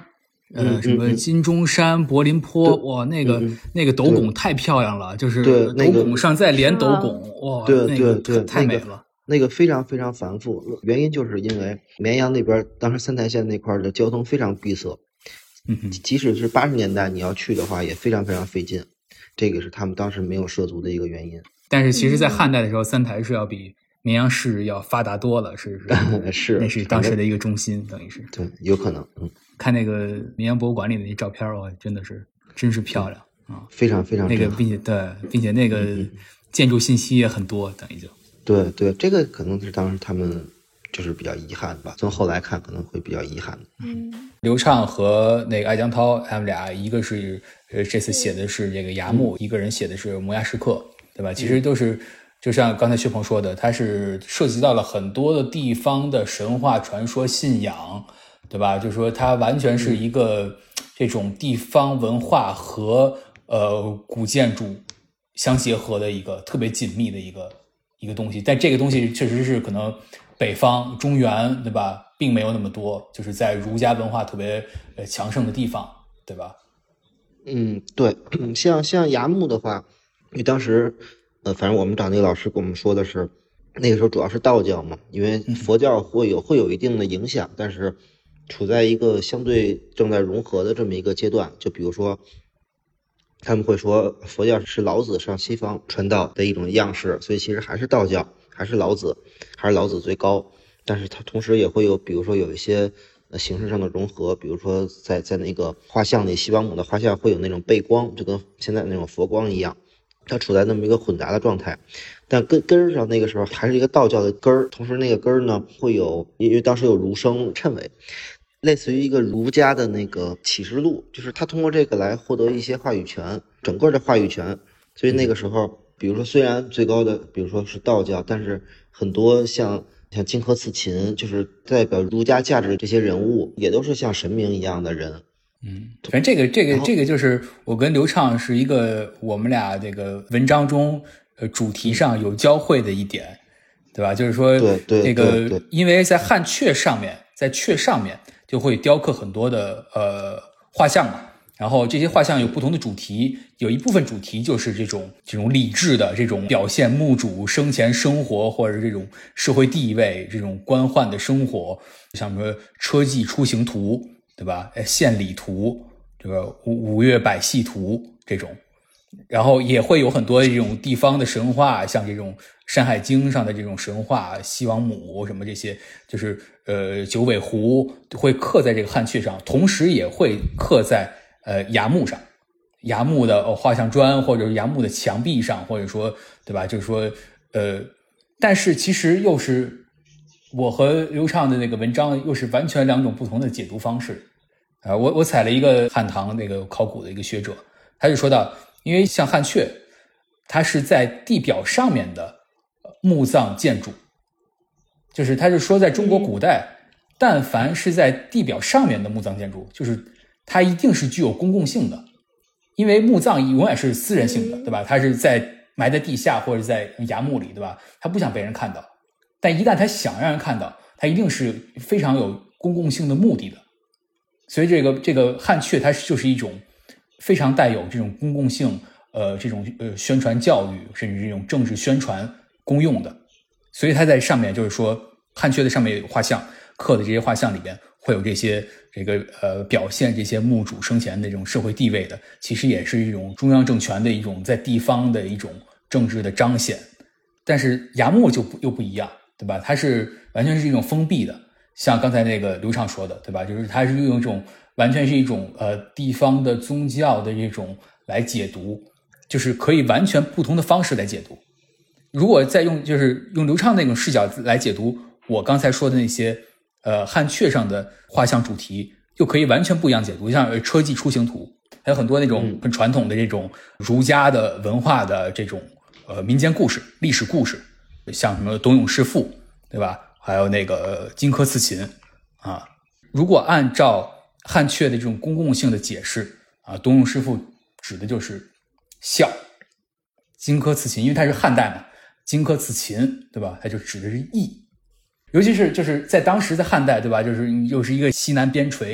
呃，什么金钟山、柏林坡，哇，那个、嗯、那个斗拱太漂亮了，就是斗拱上再连斗拱，哇， 对对对， 那个太美了。 那个非常非常繁复，原因就是因为绵阳那边当时三台线那块的交通非常闭塞， 嗯， 即使是八十年代你要去的话，也非常非常费劲，这个是他们当时没有涉足的一个原因。 但是其实，在汉代的时候，三台是要比绵阳市要发达多了，是是是， 那是当时的一个中心，等于是对，有可能。嗯， 看那个绵阳博物馆里的那照片哦，真的是真是漂亮啊， 非常非常那个，并且对，并且那个建筑信息也很多，等于就。 对对，这个可能是当时他们就是比较遗憾吧，从后来看可能会比较遗憾的。 嗯， 刘畅和那个艾江涛他们俩，一个是呃这次写的是这个崖墓，嗯、一个人写的是摩崖石刻，对吧？其实都是就像刚才薛鹏说的，它是涉及到了很多的地方的神话传说信仰，对吧？就是说它完全是一个这种地方文化和呃古建筑相结合的一个特别紧密的一个。一个东西，但这个东西确实是可能北方中原，对吧，并没有那么多，就是在儒家文化特别呃强盛的地方，对吧？ 嗯，对，像像崖墓的话，因为当时呃，反正我们找那个老师跟我们说的是，那个时候主要是道教嘛，因为佛教会有会有一定的影响，但是处在一个相对正在融合的这么一个阶段，就比如说。他们会说佛教是老子上西方传道的一种样式，所以其实还是道教，还是老子，还是老子最高。但是它同时也会有，比如说有一些呃形式上的融合，比如说在在那个画像里，西王母的画像会有那种背光，就跟现在那种佛光一样，它处在那么一个混杂的状态。但根根儿上那个时候还是一个道教的根儿，同时那个根儿呢会有，因为当时有儒生谶纬。类似于一个儒家的那个启示录，就是他通过这个来获得一些话语权，整个的话语权。所以那个时候，比如说虽然最高的，比如说是道教，但是很多像像荆轲刺秦，就是代表儒家价值的这些人物，也都是像神明一样的人。 嗯，反正这个这个这个就是我跟刘畅是一个我们俩这个文章中呃主题上有交汇的一点，对吧？就是说， 对对那个因为在汉阙上面，在阙上面。就会雕刻很多的呃画像嘛，然后这些画像有不同的主题，有一部分主题就是这种这种礼制的这种表现墓主生前生活或者这种社会地位、这种官宦的生活，像什么车骑出行图，对吧？献礼图，这个五五岳百戏图这种，然后也会有很多这种地方的神话，像这种《山海经》上的这种神话，西王母什么这些，就是呃九尾狐会刻在这个汉阙上，同时也会刻在呃崖墓上，崖墓的、哦、画像砖或者崖墓的墙壁上，或者说对吧？就是说呃，但是其实又是我和刘畅的那个文章又是完全两种不同的解读方式啊、呃！我我采了一个汉唐那个考古的一个学者，他就说到，因为像汉阙，它是在地表上面的墓葬建筑，就是他是说在中国古代，但凡是在地表上面的墓葬建筑，就是它一定是具有公共性的，因为墓葬永远是私人性的，对吧？它是在埋在地下或者在崖墓里，对吧？他不想被人看到，但一旦他想让人看到，他一定是非常有公共性的目的的。所以这个这个汉阙它就是一种非常带有这种公共性，呃，这种呃宣传教育，甚至这种政治宣传功用的。所以它在上面就是说，汉阙的上面有画像，刻的这些画像里边会有这些这个呃表现这些墓主生前的这种社会地位的，其实也是一种中央政权的一种在地方的一种政治的彰显。但是崖墓就不又不一样，对吧？它是完全是一种封闭的，像刚才那个刘畅说的，对吧？就是它是用一种完全是一种呃地方的宗教的这种来解读，就是可以完全不同的方式来解读。如果再用就是用刘畅那种视角来解读我刚才说的那些呃汉阙上的画像主题，就可以完全不一样解读。像车骑出行图，还有很多那种很传统的这种儒家的文化的这种呃民间故事、历史故事，像什么董永弑父，对吧？还有那个荆轲刺秦啊。如果按照汉阙的这种公共性的解释啊，董永弑父指的就是孝，荆轲刺秦，因为它是汉代嘛，荆轲刺秦，对吧？它就指的是义。尤其是就是在当时的汉代，对吧？就是又是一个西南边陲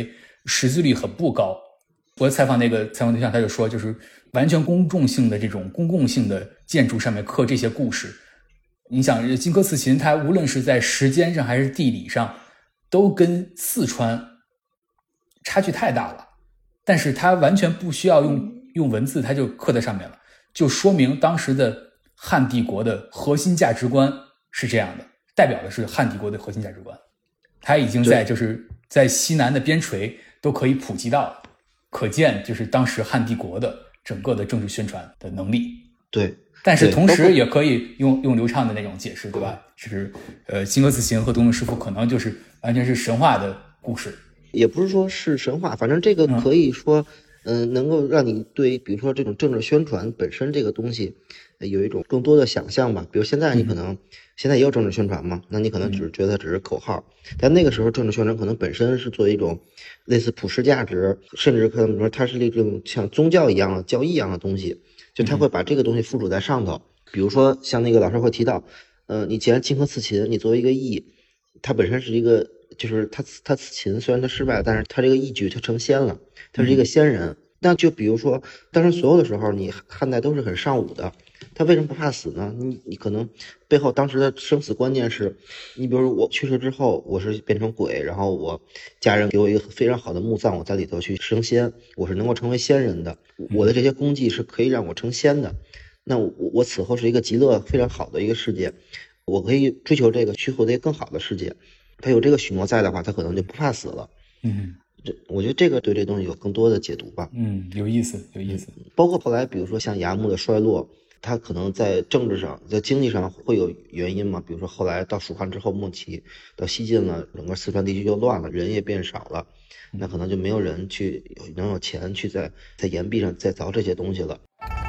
识字率很不高。我采访那个采访对象，他就说，就是完全公众性的这种公共性的建筑上面刻这些故事。你想荆轲刺秦，它无论是在时间上还是地理上，都跟四川差距太大了，但是它完全不需要用用文字，它就刻在上面了，就说明当时的汉帝国的核心价值观是这样的，代表的是汉帝国的核心价值观，它已经在就是在西南的边陲都可以普及到，可见就是当时汉帝国的整个的政治宣传的能力。 对， 但是同时也可以用用流畅的那种解释，对吧？就是呃，荆轲刺秦和东晋师傅可能就是完全是神话的故事， 也不是说是神话，反正这个可以说，嗯、呃，能够让你对比如说这种政治宣传本身这个东西有一种更多的想象吧。比如现在你可能、嗯、现在也有政治宣传嘛，那你可能只是觉得它只是口号、嗯，但那个时候政治宣传可能本身是作为一种类似普世价值，甚至可能说它是一种像宗教一样的教义一样的东西，就他会把这个东西附属在上头。嗯、比如说像那个老师会提到，呃，你既然荆轲刺秦，你作为一个义，它本身是一个。就是他他刺秦虽然他失败了，但是他这个义举他成仙了，他是一个仙人、嗯、那就比如说当时所有的时候你汉代都是很尚武的，他为什么不怕死呢？你你可能背后当时的生死观念是，你比如说我去世之后我是变成鬼，然后我家人给我一个非常好的墓葬，我在里头去升仙，我是能够成为仙人的，我的这些功绩是可以让我成仙的，那我我此后是一个极乐非常好的一个世界，我可以追求这个去获得一个更好的世界，他有这个许诺在的话，他可能就不怕死了。 嗯， 这我觉得这个对这东西有更多的解读吧。 嗯，有意思，有意思。 包括后来，比如说像衙幕的衰落，它可能在政治上、在经济上会有原因嘛。比如说后来到蜀汉之后末期，到西晋了，整个四川地区就乱了，人也变少了，那可能就没有人去能有钱去在在岩壁上再凿这些东西了。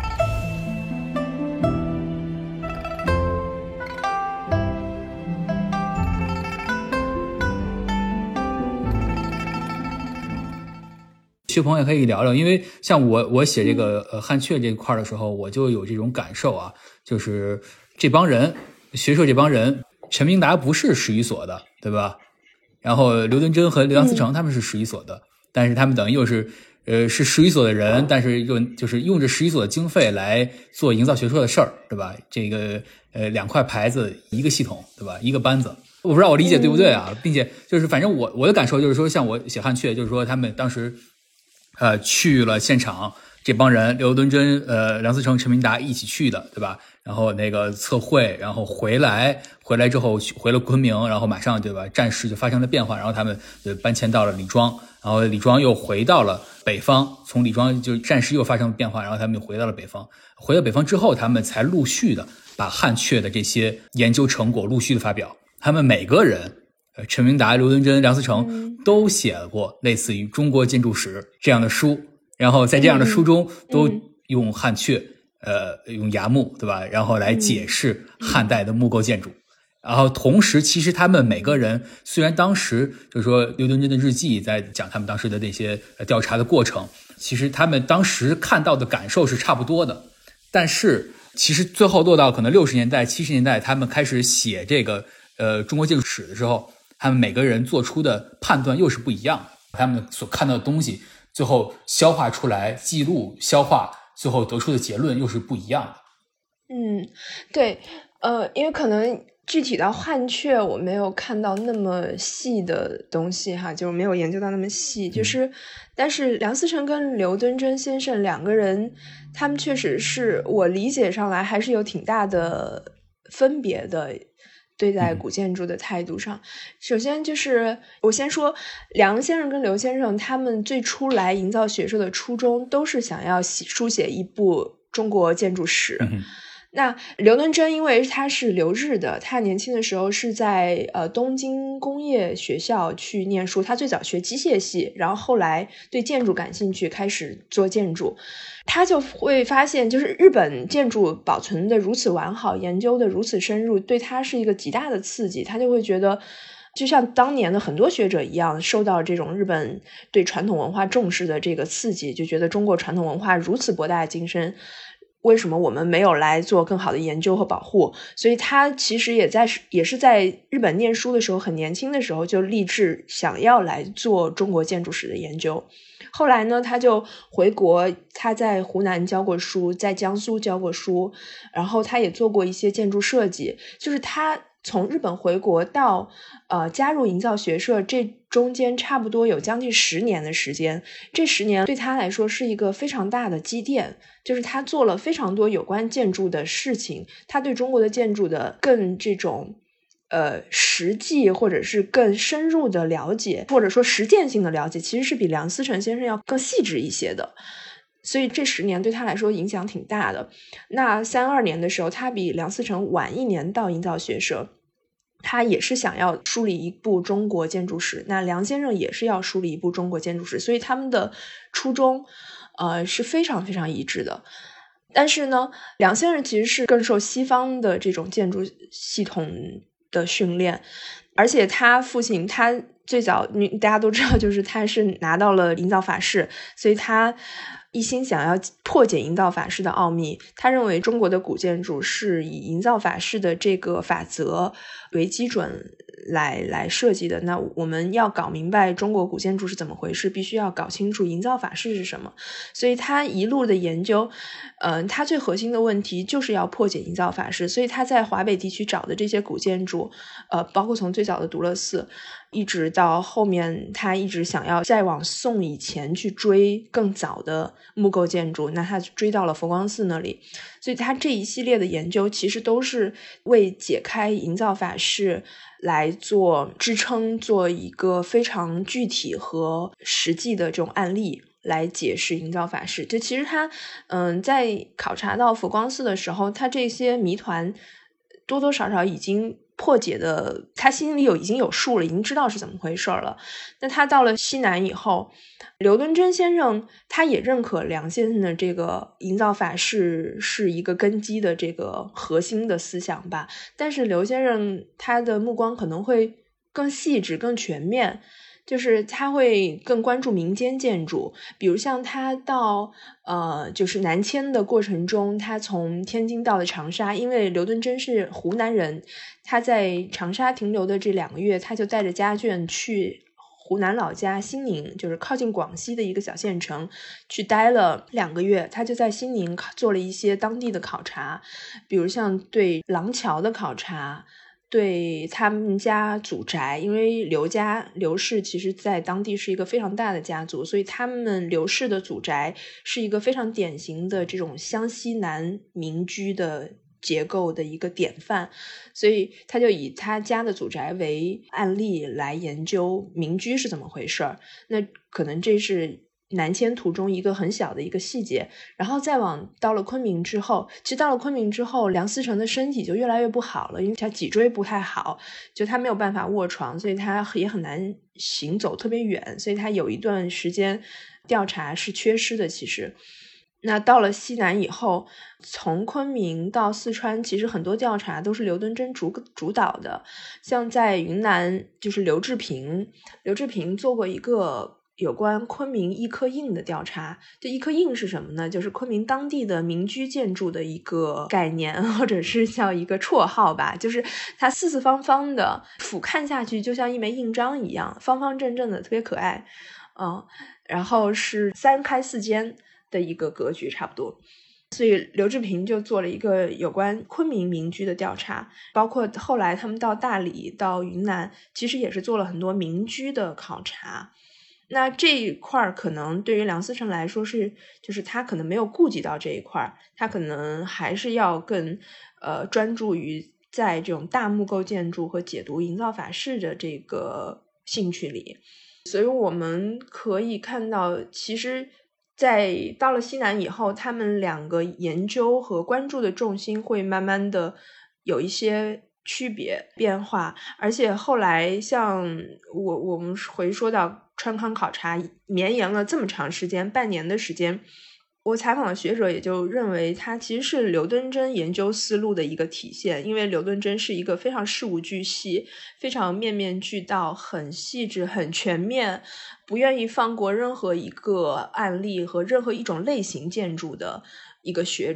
薛鹏也可以聊聊，因为像我我写这个呃汉阙这块的时候，我就有这种感受啊，就是这帮人学社这帮人，陈明达不是史语所的，对吧？然后刘敦桢和梁思成他们是史语所的、嗯，但是他们等于又是呃是史语所的人，但是又就是用着史语所的经费来做营造学社的事儿，对吧？这个呃两块牌子一个系统，对吧？一个班子。我不知道我理解对不对啊、嗯、并且就是反正我我的感受就是说，像我写汉阙，就是说他们当时呃，去了现场，这帮人刘敦桢、呃梁思成、陈明达一起去的，对吧？然后那个测绘，然后回来，回来之后回了昆明，然后马上对吧，战事就发生了变化，然后他们就搬迁到了李庄，然后李庄又回到了北方，从李庄就战事又发生了变化，然后他们又回到了北方。回到北方之后，他们才陆续的把汉阙的这些研究成果陆续的发表，他们每个人。呃，陈明达、刘敦桢、梁思成都写过类似于《中国建筑史》这样的书，然后在这样的书中都用汉阙，呃，用衙幕，对吧？然后来解释汉代的木构建筑。然后同时，其实他们每个人虽然当时就是说刘敦桢的日记在讲他们当时的那些调查的过程，其实他们当时看到的感受是差不多的，但是其实最后落到可能六十年代、七十年代，他们开始写这个呃中国建筑史的时候。他们每个人做出的判断又是不一样的，他们所看到的东西最后消化出来记录消化最后得出的结论又是不一样的。 嗯，对，呃，因为可能具体到汉阙我没有看到那么细的东西哈，就没有研究到那么细，就是、嗯、但是梁思成跟刘敦桢先生两个人他们确实是我理解上来还是有挺大的分别的，对待古建筑的态度上、嗯、首先就是我先说梁先生跟刘先生他们最初来营造学社的初衷都是想要书写一部中国建筑史、嗯、那刘敦桢因为他是留日的，他年轻的时候是在呃东京工业学校去念书，他最早学机械系，然后后来对建筑感兴趣，开始做建筑。他就会发现就是日本建筑保存的如此完好，研究的如此深入，对他是一个极大的刺激，他就会觉得就像当年的很多学者一样，受到这种日本对传统文化重视的这个刺激，就觉得中国传统文化如此博大精深， 为什么我们没有来做更好的研究和保护？所以他其实也在也是在日本念书的时候，很年轻的时候就立志想要来做中国建筑史的研究。后来呢，他就回国，他在湖南教过书，在江苏教过书，然后他也做过一些建筑设计。就是他从日本回国到呃加入营造学社，这中间差不多有将近十年的时间。这十年对他来说是一个非常大的积淀，就是他做了非常多有关建筑的事情，他对中国的建筑的更这种呃实际或者是更深入的了解，或者说实践性的了解，其实是比梁思成先生要更细致一些的。所以这十年对他来说影响挺大的。那三二年的时候，他比梁思成晚一年到营造学社，他也是想要梳理一部中国建筑史，那梁先生也是要梳理一部中国建筑史，所以他们的初衷呃是非常非常一致的。但是呢，梁先生其实是更受西方的这种建筑系统的训练，而且他父亲他最早大家都知道，就是他是拿到了营造法式，所以他一心想要破解营造法式的奥秘。他认为中国的古建筑是以营造法式的这个法则为基准来来设计的，那我们要搞明白中国古建筑是怎么回事，必须要搞清楚营造法式是什么。所以他一路的研究嗯、呃，他最核心的问题就是要破解营造法式。所以他在华北地区找的这些古建筑呃，包括从最早的独乐寺一直到后面他一直想要再往宋以前去追更早的木构建筑，那他追到了佛光寺那里。所以他这一系列的研究其实都是为解开营造法式来做支撑，做一个非常具体和实际的这种案例来解释营造法式。就其实他嗯，在考察到佛光寺的时候，他这些谜团多多少少已经破解的，他心里有已经有数了，已经知道是怎么回事了。那他到了西南以后，刘敦桢先生他也认可梁先生的这个营造法式是一个根基的这个核心的思想吧，但是刘先生他的目光可能会更细致更全面，就是他会更关注民间建筑。比如像他到呃，就是南迁的过程中，他从天津到了长沙，因为刘敦桢是湖南人，他在长沙停留的这两个月，他就带着家眷去湖南老家兴宁，就是靠近广西的一个小县城去待了两个月。他就在兴宁做了一些当地的考察，比如像对廊桥的考察，对他们家祖宅，因为刘家刘氏其实在当地是一个非常大的家族，所以他们刘氏的祖宅是一个非常典型的这种湘西南民居的结构的一个典范，所以他就以他家的祖宅为案例来研究民居是怎么回事儿。那可能这是南迁途中一个很小的一个细节。然后再往到了昆明之后，其实到了昆明之后，梁思成的身体就越来越不好了，因为他脊椎不太好，就他没有办法卧床，所以他也很难行走特别远，所以他有一段时间调查是缺失的。其实那到了西南以后，从昆明到四川，其实很多调查都是刘敦桢主主导的。像在云南，就是刘志平刘志平做过一个有关昆明一颗印的调查。这一颗印是什么呢？就是昆明当地的民居建筑的一个概念，或者是叫一个绰号吧，就是它四四方方的，俯瞰下去就像一枚印章一样，方方正正的，特别可爱。嗯，然后是三开四间的一个格局差不多。所以刘志平就做了一个有关昆明民居的调查，包括后来他们到大理到云南，其实也是做了很多民居的考察。那这一块可能对于梁思成来说是，就是他可能没有顾及到这一块，他可能还是要更呃专注于在这种大木构建筑和解读营造法式的这个兴趣里。所以我们可以看到，其实在到了西南以后，他们两个研究和关注的重心会慢慢的有一些区别变化。而且后来像我我们回说到川康考察绵延了这么长时间，半年的时间，我采访的学者也就认为它其实是刘敦桢研究思路的一个体现。因为刘敦桢是一个非常事无巨细，非常面面俱到，很细致很全面，不愿意放过任何一个案例和任何一种类型建筑的一个学者。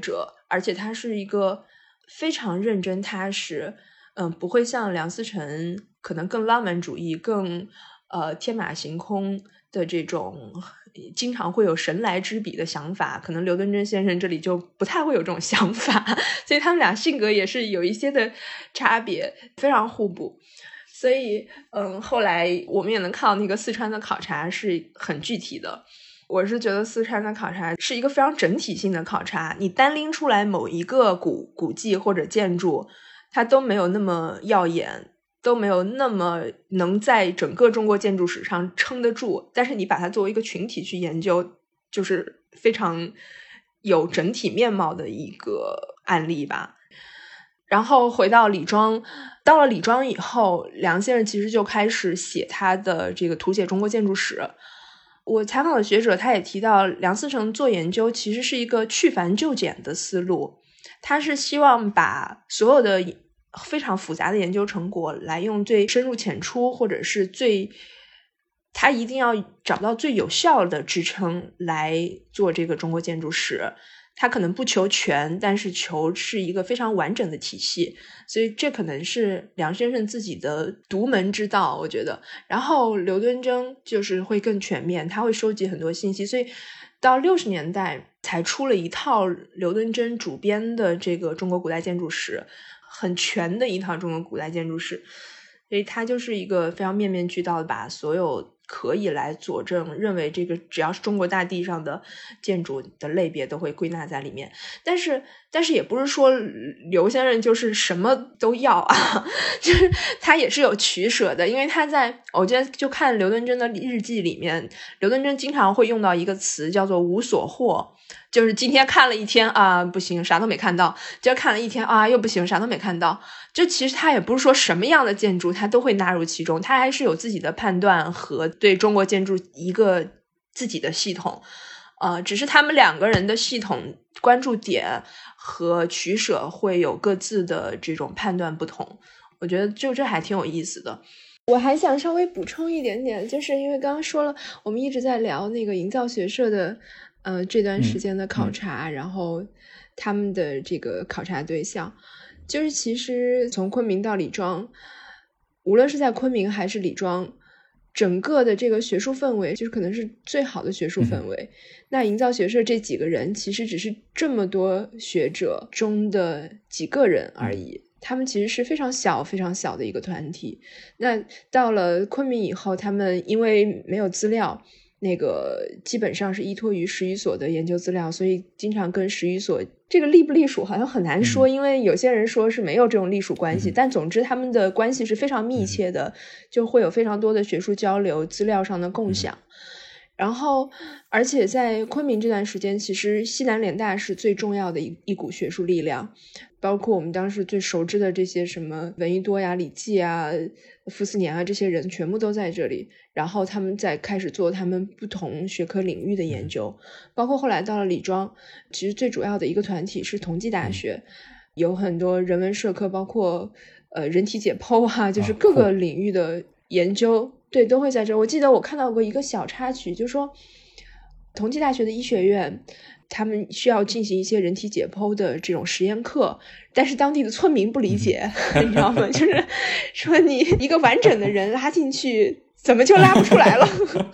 而且他是一个非常认真踏实，嗯，不会像梁思成可能更浪漫主义更呃天马行空的这种经常会有神来之笔的想法，可能刘敦桢先生这里就不太会有这种想法，所以他们俩性格也是有一些的差别，非常互补。所以嗯，后来我们也能看到那个四川的考察是很具体的。我是觉得四川的考察是一个非常整体性的考察，你单拎出来某一个古古迹或者建筑，它都没有那么耀眼，都没有那么能在整个中国建筑史上撑得住，但是你把它作为一个群体去研究，就是非常有整体面貌的一个案例吧。然后回到李庄，到了李庄以后，梁先生其实就开始写他的这个图写中国建筑史。我采访的学者他也提到，梁思成做研究其实是一个去繁就简的思路，他是希望把所有的非常复杂的研究成果来用最深入浅出，或者是最他一定要找到最有效的支撑来做这个中国建筑史。他可能不求全，但是求是一个非常完整的体系，所以这可能是梁先生自己的独门之道，我觉得。然后刘敦桢就是会更全面，他会收集很多信息，所以到六十年代才出了一套刘敦桢主编的这个中国古代建筑史，很全的一套中国古代建筑史，所以他就是一个非常面面俱到的把所有可以来佐证认为这个只要是中国大地上的建筑的类别都会归纳在里面。但是但是也不是说刘先生就是什么都要啊，就是他也是有取舍的。因为他在我觉得就看刘敦桢的日记里面，刘敦桢经常会用到一个词叫做无所获，就是今天看了一天啊不行啥都没看到，今儿看了一天啊又不行啥都没看到。就其实他也不是说什么样的建筑他都会纳入其中，他还是有自己的判断和对中国建筑一个自己的系统，呃，只是他们两个人的系统关注点和取舍会有各自的这种判断不同，我觉得就这还挺有意思的。我还想稍微补充一点点，就是因为刚刚说了我们一直在聊那个营造学社的呃这段时间的考察、嗯嗯、然后他们的这个考察对象，就是其实从昆明到李庄，无论是在昆明还是李庄，整个的这个学术氛围就是可能是最好的学术氛围、嗯、那营造学社这几个人其实只是这么多学者中的几个人而已、嗯、他们其实是非常小非常小的一个团体。那到了昆明以后，他们因为没有资料，那个基本上是依托于十余所的研究资料，所以经常跟十余所这个隶不隶属好像很难说、嗯、因为有些人说是没有这种隶属关系、嗯、但总之他们的关系是非常密切的、嗯、就会有非常多的学术交流，资料上的共享、嗯、然后而且在昆明这段时间，其实西南联大是最重要的一一股学术力量，包括我们当时最熟知的这些什么闻一多呀、李济啊、傅斯年啊，这些人全部都在这里，然后他们在开始做他们不同学科领域的研究、嗯、包括后来到了李庄，其实最主要的一个团体是同济大学、嗯、有很多人文社科，包括呃人体解剖啊，就是各个领域的研究、哦、对都会在这。我记得我看到过一个小插曲，就是说同济大学的医学院他们需要进行一些人体解剖的这种实验课，但是当地的村民不理解、嗯、你知道吗？就是说你一个完整的人拉进去怎么就拉不出来了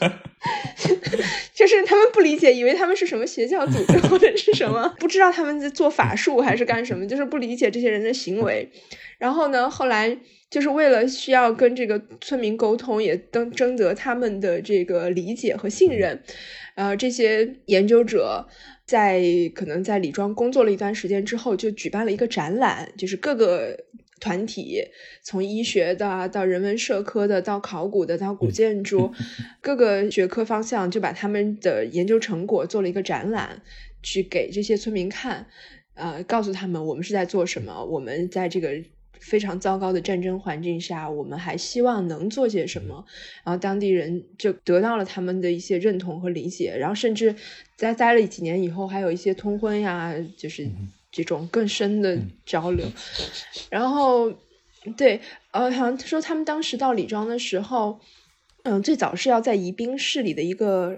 就是他们不理解，以为他们是什么邪教组织或者是什么，不知道他们在做法术还是干什么，就是不理解这些人的行为。然后呢，后来就是为了需要跟这个村民沟通，也争争得他们的这个理解和信任，呃，这些研究者在可能在李庄工作了一段时间之后，就举办了一个展览，就是各个团体，从医学的到人文社科的到考古的到古建筑各个学科方向，就把他们的研究成果做了一个展览，去给这些村民看，呃，告诉他们我们是在做什么，我们在这个非常糟糕的战争环境下我们还希望能做些什么，然后当地人就得到了他们的一些认同和理解，然后甚至在待了几年以后还有一些通婚呀，就是这种更深的交流。然后对呃，好像说他们当时到李庄的时候，嗯，最早是要在宜宾市里的一个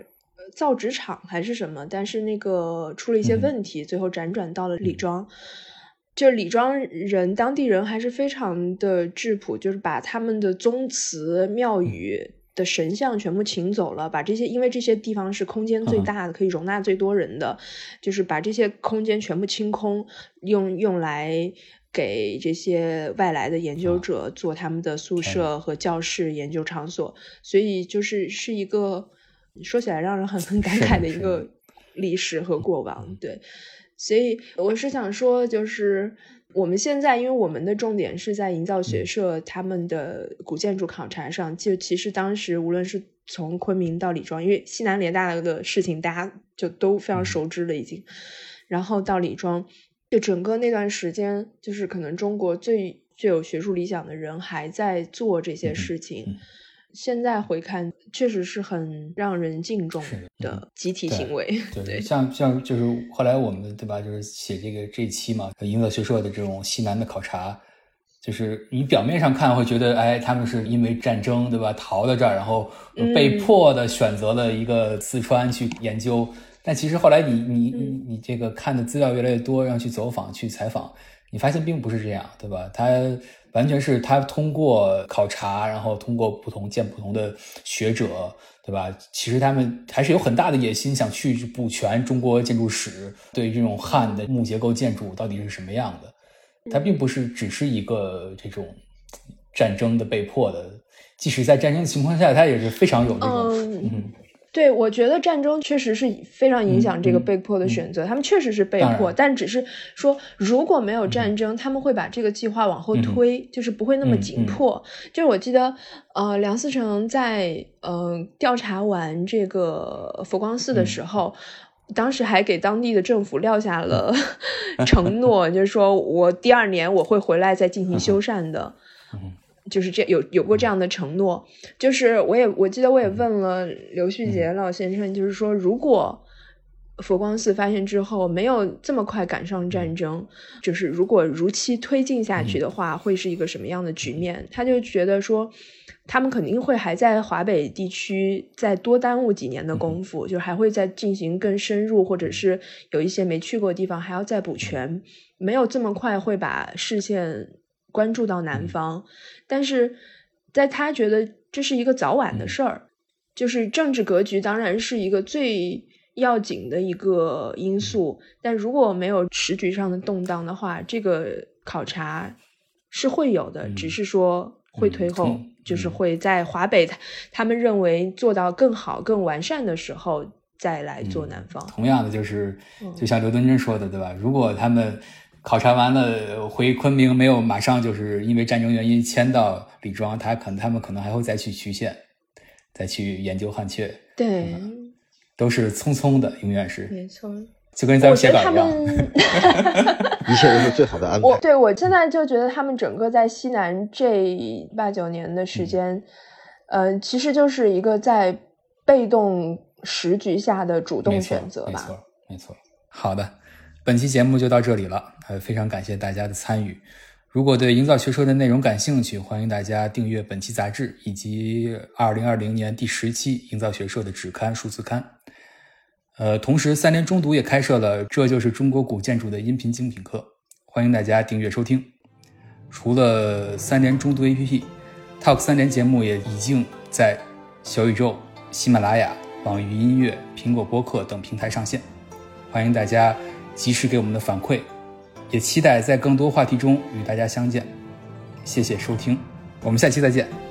造纸厂还是什么，但是那个出了一些问题，嗯、最后辗转到了李庄。嗯、就李庄人当地人还是非常的质朴，就是把他们的宗祠庙宇的神像全部请走了，把这些，因为这些地方是空间最大的，可以容纳最多人的，就是把这些空间全部清空，用用来给这些外来的研究者做他们的宿舍和教室、研究场所，所以就是是一个说起来让人很很感慨的一个历史和过往。对，所以我是想说，就是我们现在因为我们的重点是在营造学社他们的古建筑考察上，就其实当时无论是从昆明到李庄，因为西南联大的事情大家就都非常熟知了已经，然后到李庄，就整个那段时间就是可能中国最最有学术理想的人还在做这些事情。嗯嗯现在回看，确实是很让人敬重的集体行为。 对，对对像像就是后来我们对吧，就是写这个这一期嘛，营造学社的这种西南的考察，就是你表面上看会觉得，哎，他们是因为战争对吧逃到这儿，然后被迫的选择了一个四川去研究。嗯、但其实后来你你你你这个看的资料越来越多，让去走访去采访，你发现并不是这样，对吧？他完全是他通过考察，然后通过不同见不同的学者，对吧？其实他们还是有很大的野心，想去补全中国建筑史，对于这种汉的木结构建筑到底是什么样的。它并不是只是一个这种战争的被迫的，即使在战争的情况下，它也是非常有这种嗯。嗯对，我觉得战争确实是非常影响这个被迫的选择，嗯嗯、他们确实是被迫，但只是说如果没有战争，嗯、他们会把这个计划往后推，嗯、就是不会那么紧迫。嗯嗯、就是我记得，呃，梁思成在呃调查完这个佛光寺的时候，嗯、当时还给当地的政府撂下了承诺，就是说我第二年我会回来再进行修缮的。嗯嗯就是这有有过这样的承诺，就是我也我记得我也问了刘旭杰老先生，就是说如果佛光寺发现之后没有这么快赶上战争，就是如果如期推进下去的话，会是一个什么样的局面？他就觉得说他们肯定会还在华北地区再多耽误几年的功夫，就还会再进行更深入，或者是有一些没去过的地方还要再补全，没有这么快会把视线关注到南方，但是在他觉得这是一个早晚的事儿，就是政治格局当然是一个最要紧的一个因素，但如果没有时局上的动荡的话，这个考察是会有的，只是说会推后，就是会在华北他们认为做到更好更完善的时候再来做南方。 同样的就是就像刘敦桢说的对吧，如果他们考察完了回昆明，没有马上就是因为战争原因迁到李庄，他可能他们可能还会再去衢县，再去研究汉阙。 对， 都是匆匆的，永远是没错， 就跟咱们写稿一样， 一切都是最好的安排。 我对我现在就觉得他们整个在西南这八九年的时间，嗯、呃，其实就是一个在被动时局下的主动选择吧。 没错，没错。好的。本期节目就到这里了，呃，非常感谢大家的参与。如果对营造学社的内容感兴趣，欢迎大家订阅本期杂志以及二零二零年第十期营造学社的纸刊数字刊。呃，同时三联中读也开设了这就是中国古建筑的音频精品课，欢迎大家订阅收听。除了三联中读 A P P，Talk 三联节目也已经在小宇宙、喜马拉雅、网易音乐、苹果播客等平台上线，欢迎大家及时给我们的反馈，也期待在更多话题中与大家相见。谢谢收听，我们下期再见。